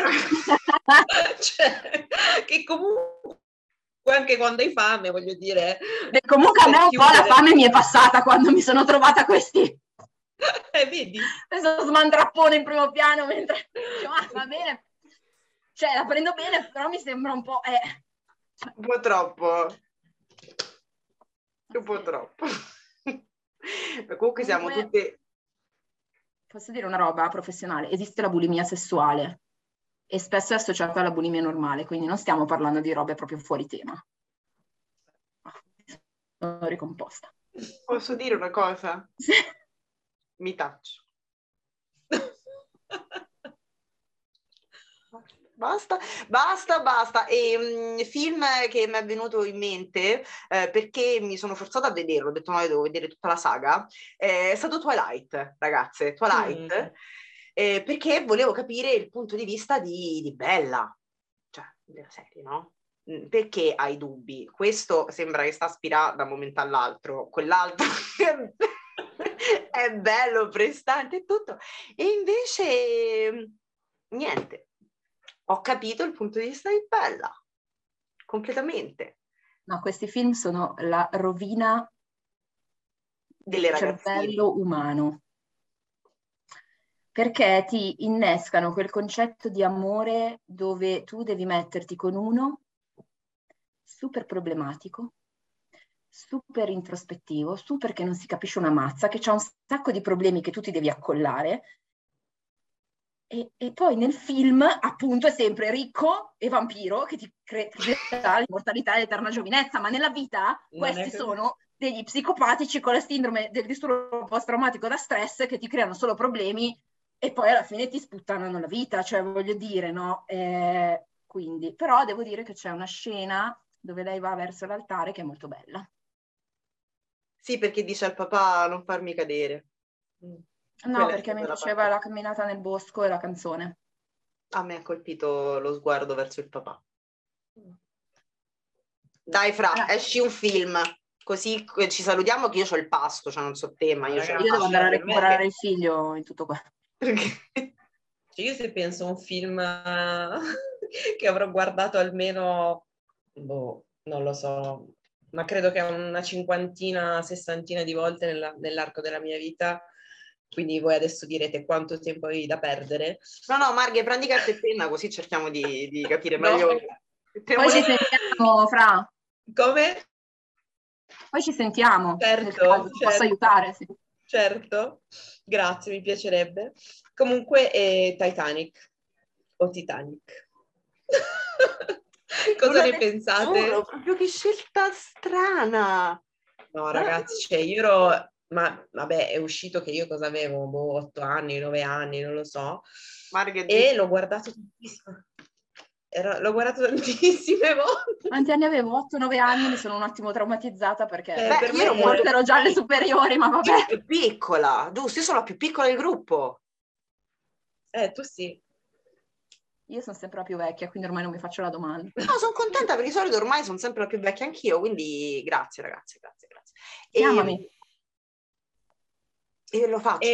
Cioè, che comunque anche quando hai fame, voglio dire. Beh, comunque a me un po' la fame mi è passata quando mi sono trovata questi. Vedi? Questo smandrappone in primo piano mentre va bene, cioè la prendo bene, però mi sembra un po'... Un po' troppo. Un po' troppo. Comunque siamo tutte... Posso dire una roba professionale? Esiste la bulimia sessuale e spesso è associata alla bulimia normale, quindi non stiamo parlando di robe proprio fuori tema. sono ricomposta. Posso dire una cosa? Sì. Mi taccio. Basta. E film che mi è venuto in mente, perché mi sono forzata a vederlo, ho detto no, io devo vedere tutta la saga, è stato Twilight, ragazze, Twilight, perché volevo capire il punto di vista di Bella, cioè della serie, no? Perché hai dubbi? Questo sembra che sta aspirando da un momento all'altro, quell'altro è bello, prestante e tutto, e invece niente. Ho capito il punto di vista di Bella, completamente. No, questi film sono la rovina Delle del ragazzine. cervello umano, perché ti innescano quel concetto di amore dove tu devi metterti con uno super problematico, super introspettivo, super che non si capisce una mazza, che ha un sacco di problemi che tu ti devi accollare. E poi nel film, appunto, è sempre ricco e vampiro che ti crea l'immortalità e l'eterna giovinezza, ma nella vita questi sono degli psicopatici con la sindrome del disturbo post-traumatico da stress che ti creano solo problemi e poi alla fine ti sputtanano la vita, cioè voglio dire, no? Quindi, però devo dire che c'è una scena dove lei va verso l'altare che è molto bella. Sì, perché dice al papà non farmi cadere. No, perché mi piaceva la camminata nel bosco e la canzone. A me ha colpito lo sguardo verso il papà. Dai, Fra, esci un film, così ci salutiamo che io ho il pasto, cioè non so te, ma io c'ho il pasto. Io devo andare a recuperare il figlio in tutto questo. Cioè io se penso a un film che avrò guardato almeno, non lo so, ma credo che una cinquantina, sessantina di volte nell'arco della mia vita, quindi voi adesso direte quanto tempo avevi da perdere. No, Marghe, prendi carta e penna così cerchiamo di capire meglio. Poi ci sentiamo, Fra. Come? Poi ci sentiamo. Certo. Posso aiutare, sì. Certo, grazie, mi piacerebbe. Comunque è Titanic o Titanic. Cosa ne pensate? Giuro, proprio che scelta strana. No, ragazzi, cioè io ero... Ma vabbè, è uscito che io cosa avevo? 8 anni, 9 anni, non lo so. E l'ho guardato tantissimo. L'ho guardato tantissime volte. Quanti anni avevo? 8-9 anni, mi sono un attimo traumatizzata perché per me ero già alle superiori, ma vabbè. Io ero più piccola, giusto? Io sono la più piccola del gruppo. Tu sì. Io sono sempre la più vecchia, quindi ormai non mi faccio la domanda. No, sono contenta perché di solito ormai sono sempre la più vecchia anch'io, quindi grazie ragazzi, grazie. Chiamami. E lo faccio.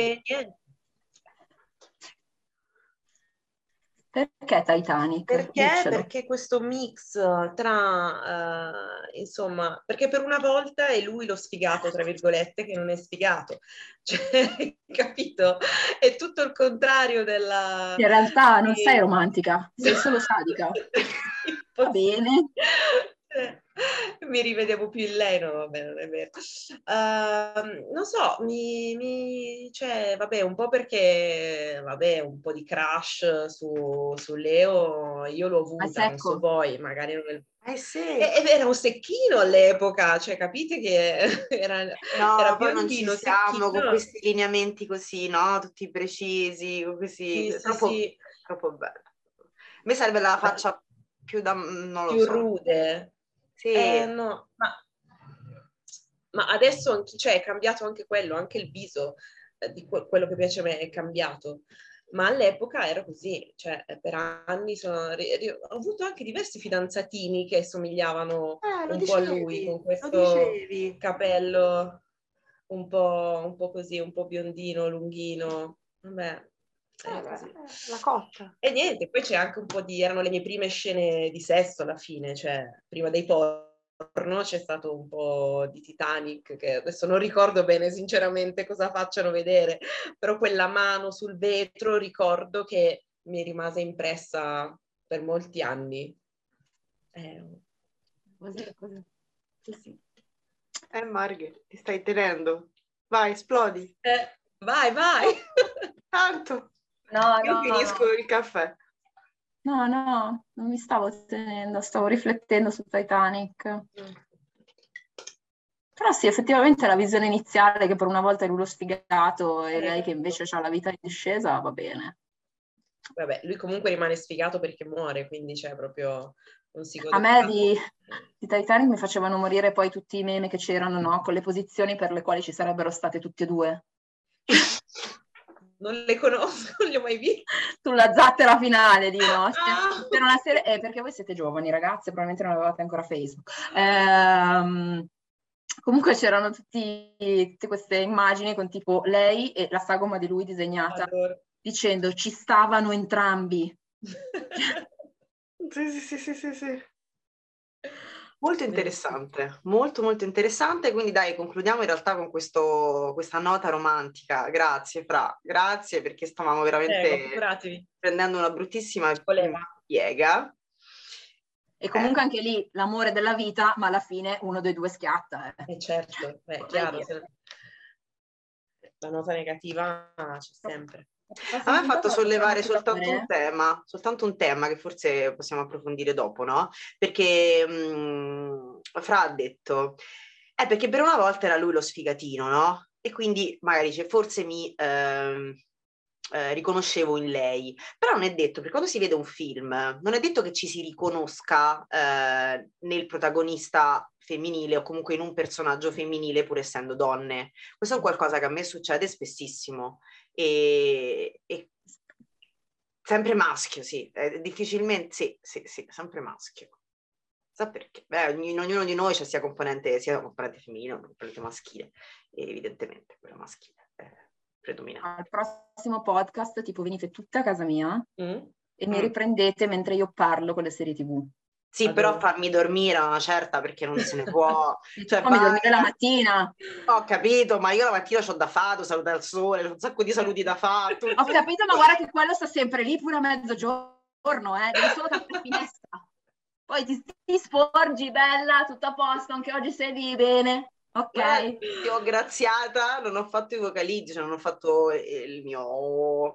Perché Titanic? Perché questo mix tra, insomma, perché per una volta è lui lo sfigato, tra virgolette, che non è sfigato. Cioè, capito? È tutto il contrario della... In realtà non sei romantica, sei solo sadica. Va bene. Mi rivedevo più in lei, no, vabbè, non è vero. Non so, cioè, vabbè, un po' perché, vabbè, un po' di crush su Leo, io l'ho avuta, non so voi, magari non è... sì. Era un secchino all'epoca, cioè capite che era poi non ci siamo secchino. Con questi lineamenti così, no? Tutti precisi, così, troppo bello. A me serve la faccia più da, non lo più so. rude. Sì. No, ma adesso cioè, è cambiato anche quello, anche il viso di quello che piace a me è cambiato. Ma all'epoca era così, cioè per anni ho avuto anche diversi fidanzatini che somigliavano un po' a lui, con questo capello un po' così, un po' biondino, lunghino. Vabbè, la cotta. E niente, poi c'è anche un po' erano le mie prime scene di sesso alla fine, cioè prima dei porno c'è stato un po' di Titanic, che adesso non ricordo bene sinceramente cosa facciano vedere, però quella mano sul vetro ricordo che mi rimase impressa per molti anni. Così. Sì. Marghe, ti stai tenendo? Vai, esplodi. Vai. Tanto. Io finisco il caffè. No, non mi stavo tenendo, stavo riflettendo su Titanic. Però sì, effettivamente la visione iniziale, che per una volta è lui lo sfigato e lei che invece ha la vita in discesa, va bene. Vabbè, lui comunque rimane sfigato perché muore, quindi c'è proprio un si A gode me tanto. di Titanic mi facevano morire poi tutti i meme che c'erano, no? Con le posizioni per le quali ci sarebbero state tutte e due. Non le conosco, non li ho mai visti. Sulla zattera finale, no? C'era una serie, perché voi siete giovani, ragazze, probabilmente non avevate ancora Facebook. Comunque c'erano tutte queste immagini con tipo lei e la sagoma di lui disegnata, Adoro. dicendo ci stavano entrambi. Sì. Molto interessante, molto molto interessante, quindi dai, concludiamo in realtà con questa nota romantica. Grazie Fra, grazie perché stavamo veramente prendendo una bruttissima piega. E comunque anche lì l'amore della vita, ma alla fine uno dei due schiatta. Certo, è chiaro. La nota negativa c'è sempre. A me ha fatto sollevare soltanto un tema che forse possiamo approfondire dopo, no? Perché Fra ha detto, perché per una volta era lui lo sfigatino, no? E quindi magari dice, forse mi riconoscevo in lei, però non è detto, perché quando si vede un film, non è detto che ci si riconosca nel protagonista femminile o comunque in un personaggio femminile pur essendo donne. Questo è qualcosa che a me succede spessissimo e sempre maschio, sì, difficilmente, sì, sempre maschio. Sa perché? Ognuno di noi c'è sia componente femminile o componente maschile, e evidentemente quella maschile è predominante. Al prossimo podcast, tipo, venite tutte a casa mia e mi riprendete mentre io parlo con le serie TV. Sì, però farmi dormire a una certa, perché non se ne può. Cioè, fammi dormire la mattina. Ho capito, ma io la mattina c'ho da fare, salutare il sole, ho un sacco di saluti da fare. Ho capito, ma guarda che quello sta sempre lì pure a mezzogiorno, devi solo aprire finestra. Poi ti sporgi, bella, tutto a posto, anche oggi sei bene. Ok. Guarda, ti ho graziata, non ho fatto i vocalizzi, cioè non ho fatto il mio...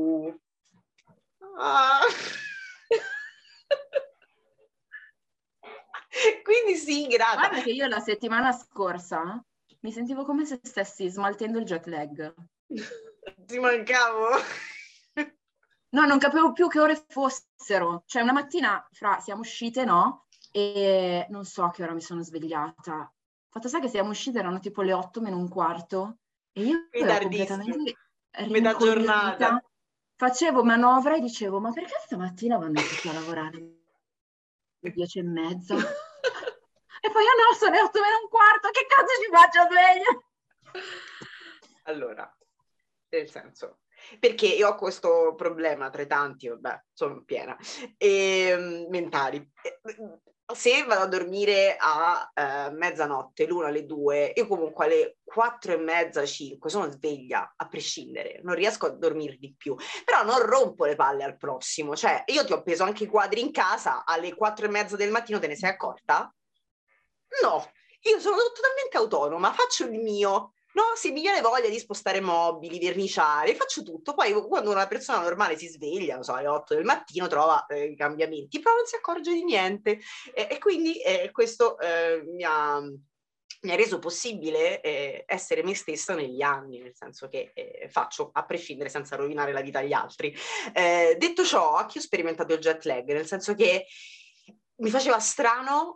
Quindi sì, grata. Guarda che io la settimana scorsa mi sentivo come se stessi smaltendo il jet lag. Ti mancavo? No, non capivo più che ore fossero. Cioè una mattina siamo uscite, no? E non so a che ora mi sono svegliata. Fatto sta che siamo uscite, erano tipo le 8:45 e io ero completamente metà giornata. Facevo manovra e dicevo, ma perché stamattina vanno tutti a lavorare alle 10:30? E poi no, sono le 8:15, che cazzo ci faccio a sveglia? Allora, nel senso, perché io ho questo problema tra i tanti, vabbè, sono piena, mentali. Se vado a dormire a mezzanotte, l'1 alle 2, io comunque alle 4:30, 5 sono sveglia, a prescindere, non riesco a dormire di più, però non rompo le palle al prossimo, cioè io ti ho appeso anche i quadri in casa, alle 4:30 del mattino te ne sei accorta? No, io sono totalmente autonoma, faccio il mio. No, se mi viene voglia di spostare mobili, verniciare, faccio tutto. Poi quando una persona normale si sveglia, non so, alle 8 del mattino, trova i cambiamenti, però non si accorge di niente. E quindi questo mi ha reso possibile essere me stessa negli anni, nel senso che faccio a prescindere senza rovinare la vita agli altri. Detto ciò, anche io ho sperimentato il jet lag, nel senso che mi faceva strano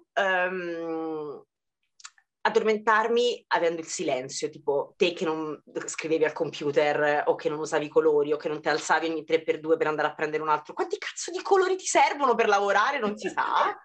addormentarmi avendo il silenzio, tipo te che non scrivevi al computer o che non usavi i colori o che non ti alzavi ogni 3x2 per andare a prendere un altro. Quanti cazzo di colori ti servono per lavorare? Non si sa.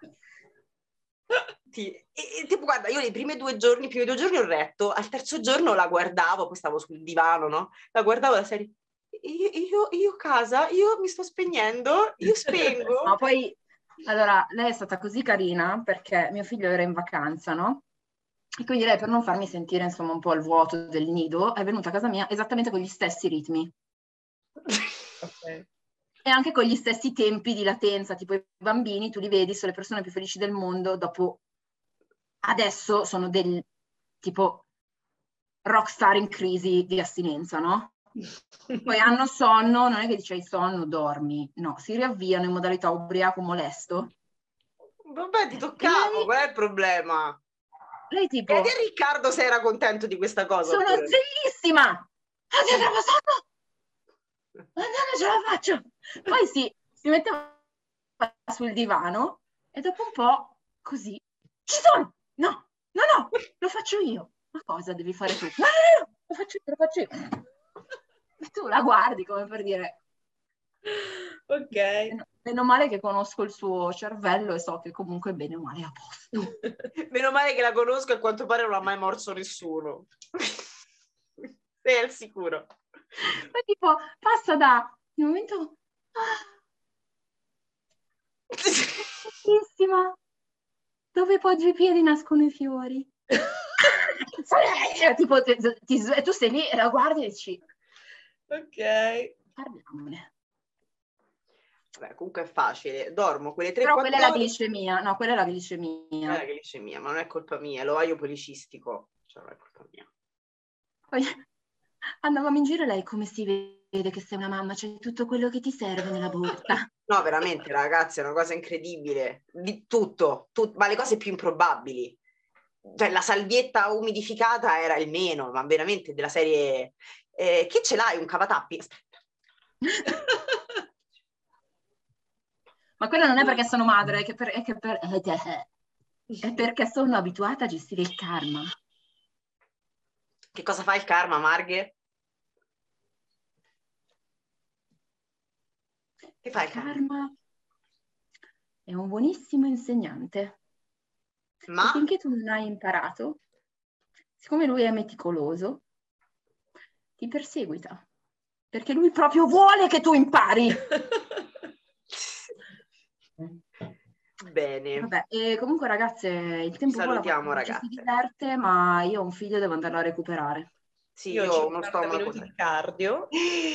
Tipo, guarda, io i primi 2 giorni ho retto, al terzo giorno la guardavo, poi stavo sul divano, no? La guardavo la serie, io casa, io mi sto spegnendo, io spengo. No, poi, allora, lei è stata così carina perché mio figlio era in vacanza, no? E quindi lei, per non farmi sentire, insomma, un po' al vuoto del nido, è venuta a casa mia esattamente con gli stessi ritmi. Okay. E anche con gli stessi tempi di latenza, tipo i bambini, tu li vedi, sono le persone più felici del mondo, dopo adesso sono del tipo rockstar in crisi di astinenza, no? Poi hanno sonno, non è che dici hai sonno, dormi, no, si riavviano in modalità ubriaco molesto. Vabbè, ti toccavo, qual è il problema? lei tipo... Chiedi a Riccardo se era contento di questa cosa. Sono bellissima! Non ce la faccio! Poi si metteva sul divano e dopo un po' così, ci sono! No, lo faccio io. Ma cosa devi fare tu? No, lo faccio io. E tu la guardi come per dire... Ok. Meno male che conosco il suo cervello e so che comunque bene o male è a posto. Meno male che la conosco e a quanto pare non ha mai morso nessuno. Sei al sicuro. Ma tipo, passa da il momento... bellissima! Dove poggi i piedi nascono i fiori. Tipo, tu sei lì e la guardi e dici... Ok. Parliamone. Vabbè, comunque è facile. Dormo quelle 3-4 Però quella è la ore. glicemia. No, quella è la glicemia. È la glicemia, ma non è colpa mia. L'ovaio policistico. Cioè, non è colpa mia. Poi andavamo in giro e lei come si vede che sei una mamma, c'è tutto quello che ti serve nella borsa. No, veramente, ragazzi, è una cosa incredibile. Di tutto, ma le cose più improbabili. Cioè, la salvietta umidificata era il meno, ma veramente della serie... che ce l'hai, un cavatappi? Aspetta. Ma quello non è perché sono madre, è perché sono abituata a gestire il karma. Che cosa fa il karma, Marghe? Che fa il karma? È un buonissimo insegnante. Ma? E finché tu non hai imparato, siccome lui è meticoloso, ti perseguita. Perché lui proprio vuole che tu impari. Bene. Vabbè, e comunque ragazze, il tempo salutiamo, vola, ci si diverte, ma io ho un figlio e devo andarlo a recuperare. Sì, io ho ho uno 50 stomaco. minuti di cardio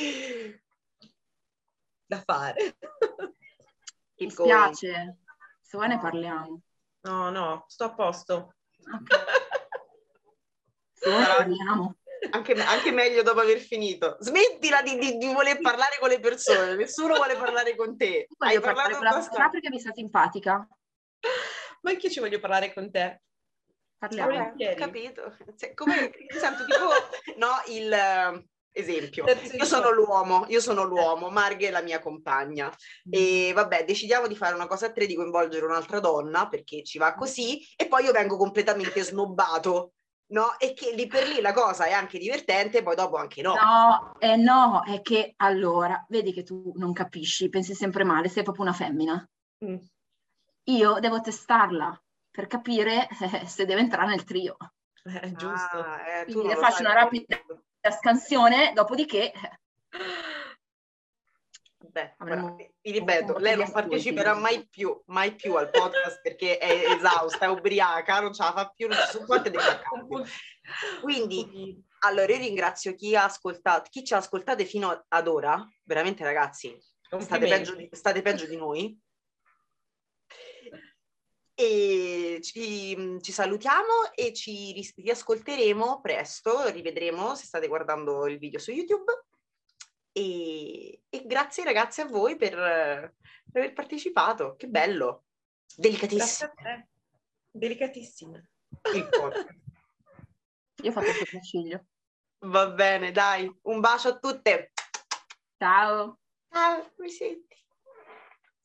da fare. Mi spiace, se vuoi ne parliamo. No, sto a posto. Okay. Se vuoi ne parliamo. Anche meglio dopo aver finito. Smettila di voler parlare con le persone, nessuno vuole parlare con te. Hai parlato abbastanza. Perché mi sta simpatica. Ma anche io ci voglio parlare con te. Parliamo. Capito. Cioè, come mi sento tipo, no, il esempio. Io sono l'uomo, Marghe è la mia compagna. E vabbè, decidiamo di fare una cosa a tre, di coinvolgere un'altra donna, perché ci va così, e poi io vengo completamente snobbato. No, e che lì per lì la cosa è anche divertente, poi dopo anche no. No, è che allora, vedi che tu non capisci, pensi sempre male, sei proprio una femmina. Io devo testarla per capire se deve entrare nel trio. Giusto. Quindi le faccio una rapida scansione, dopodiché... Beh, ti ripeto, lei non parteciperà mai più al podcast perché è esausta, è ubriaca, non ce la fa più, non ci sono quante dei cardio. Quindi, allora io ringrazio chi ha ascoltato, chi ci ha ascoltate fino ad ora, veramente ragazzi, state peggio di noi. E ci salutiamo e ci riascolteremo presto, rivedremo se state guardando il video su YouTube. E grazie ragazzi a voi per aver partecipato, che bello, delicatissimo. Grazie a te. Delicatissima. Io ho fatto il sopracciglio. Va bene, dai, un bacio a tutte. Ciao. Ciao, mi senti?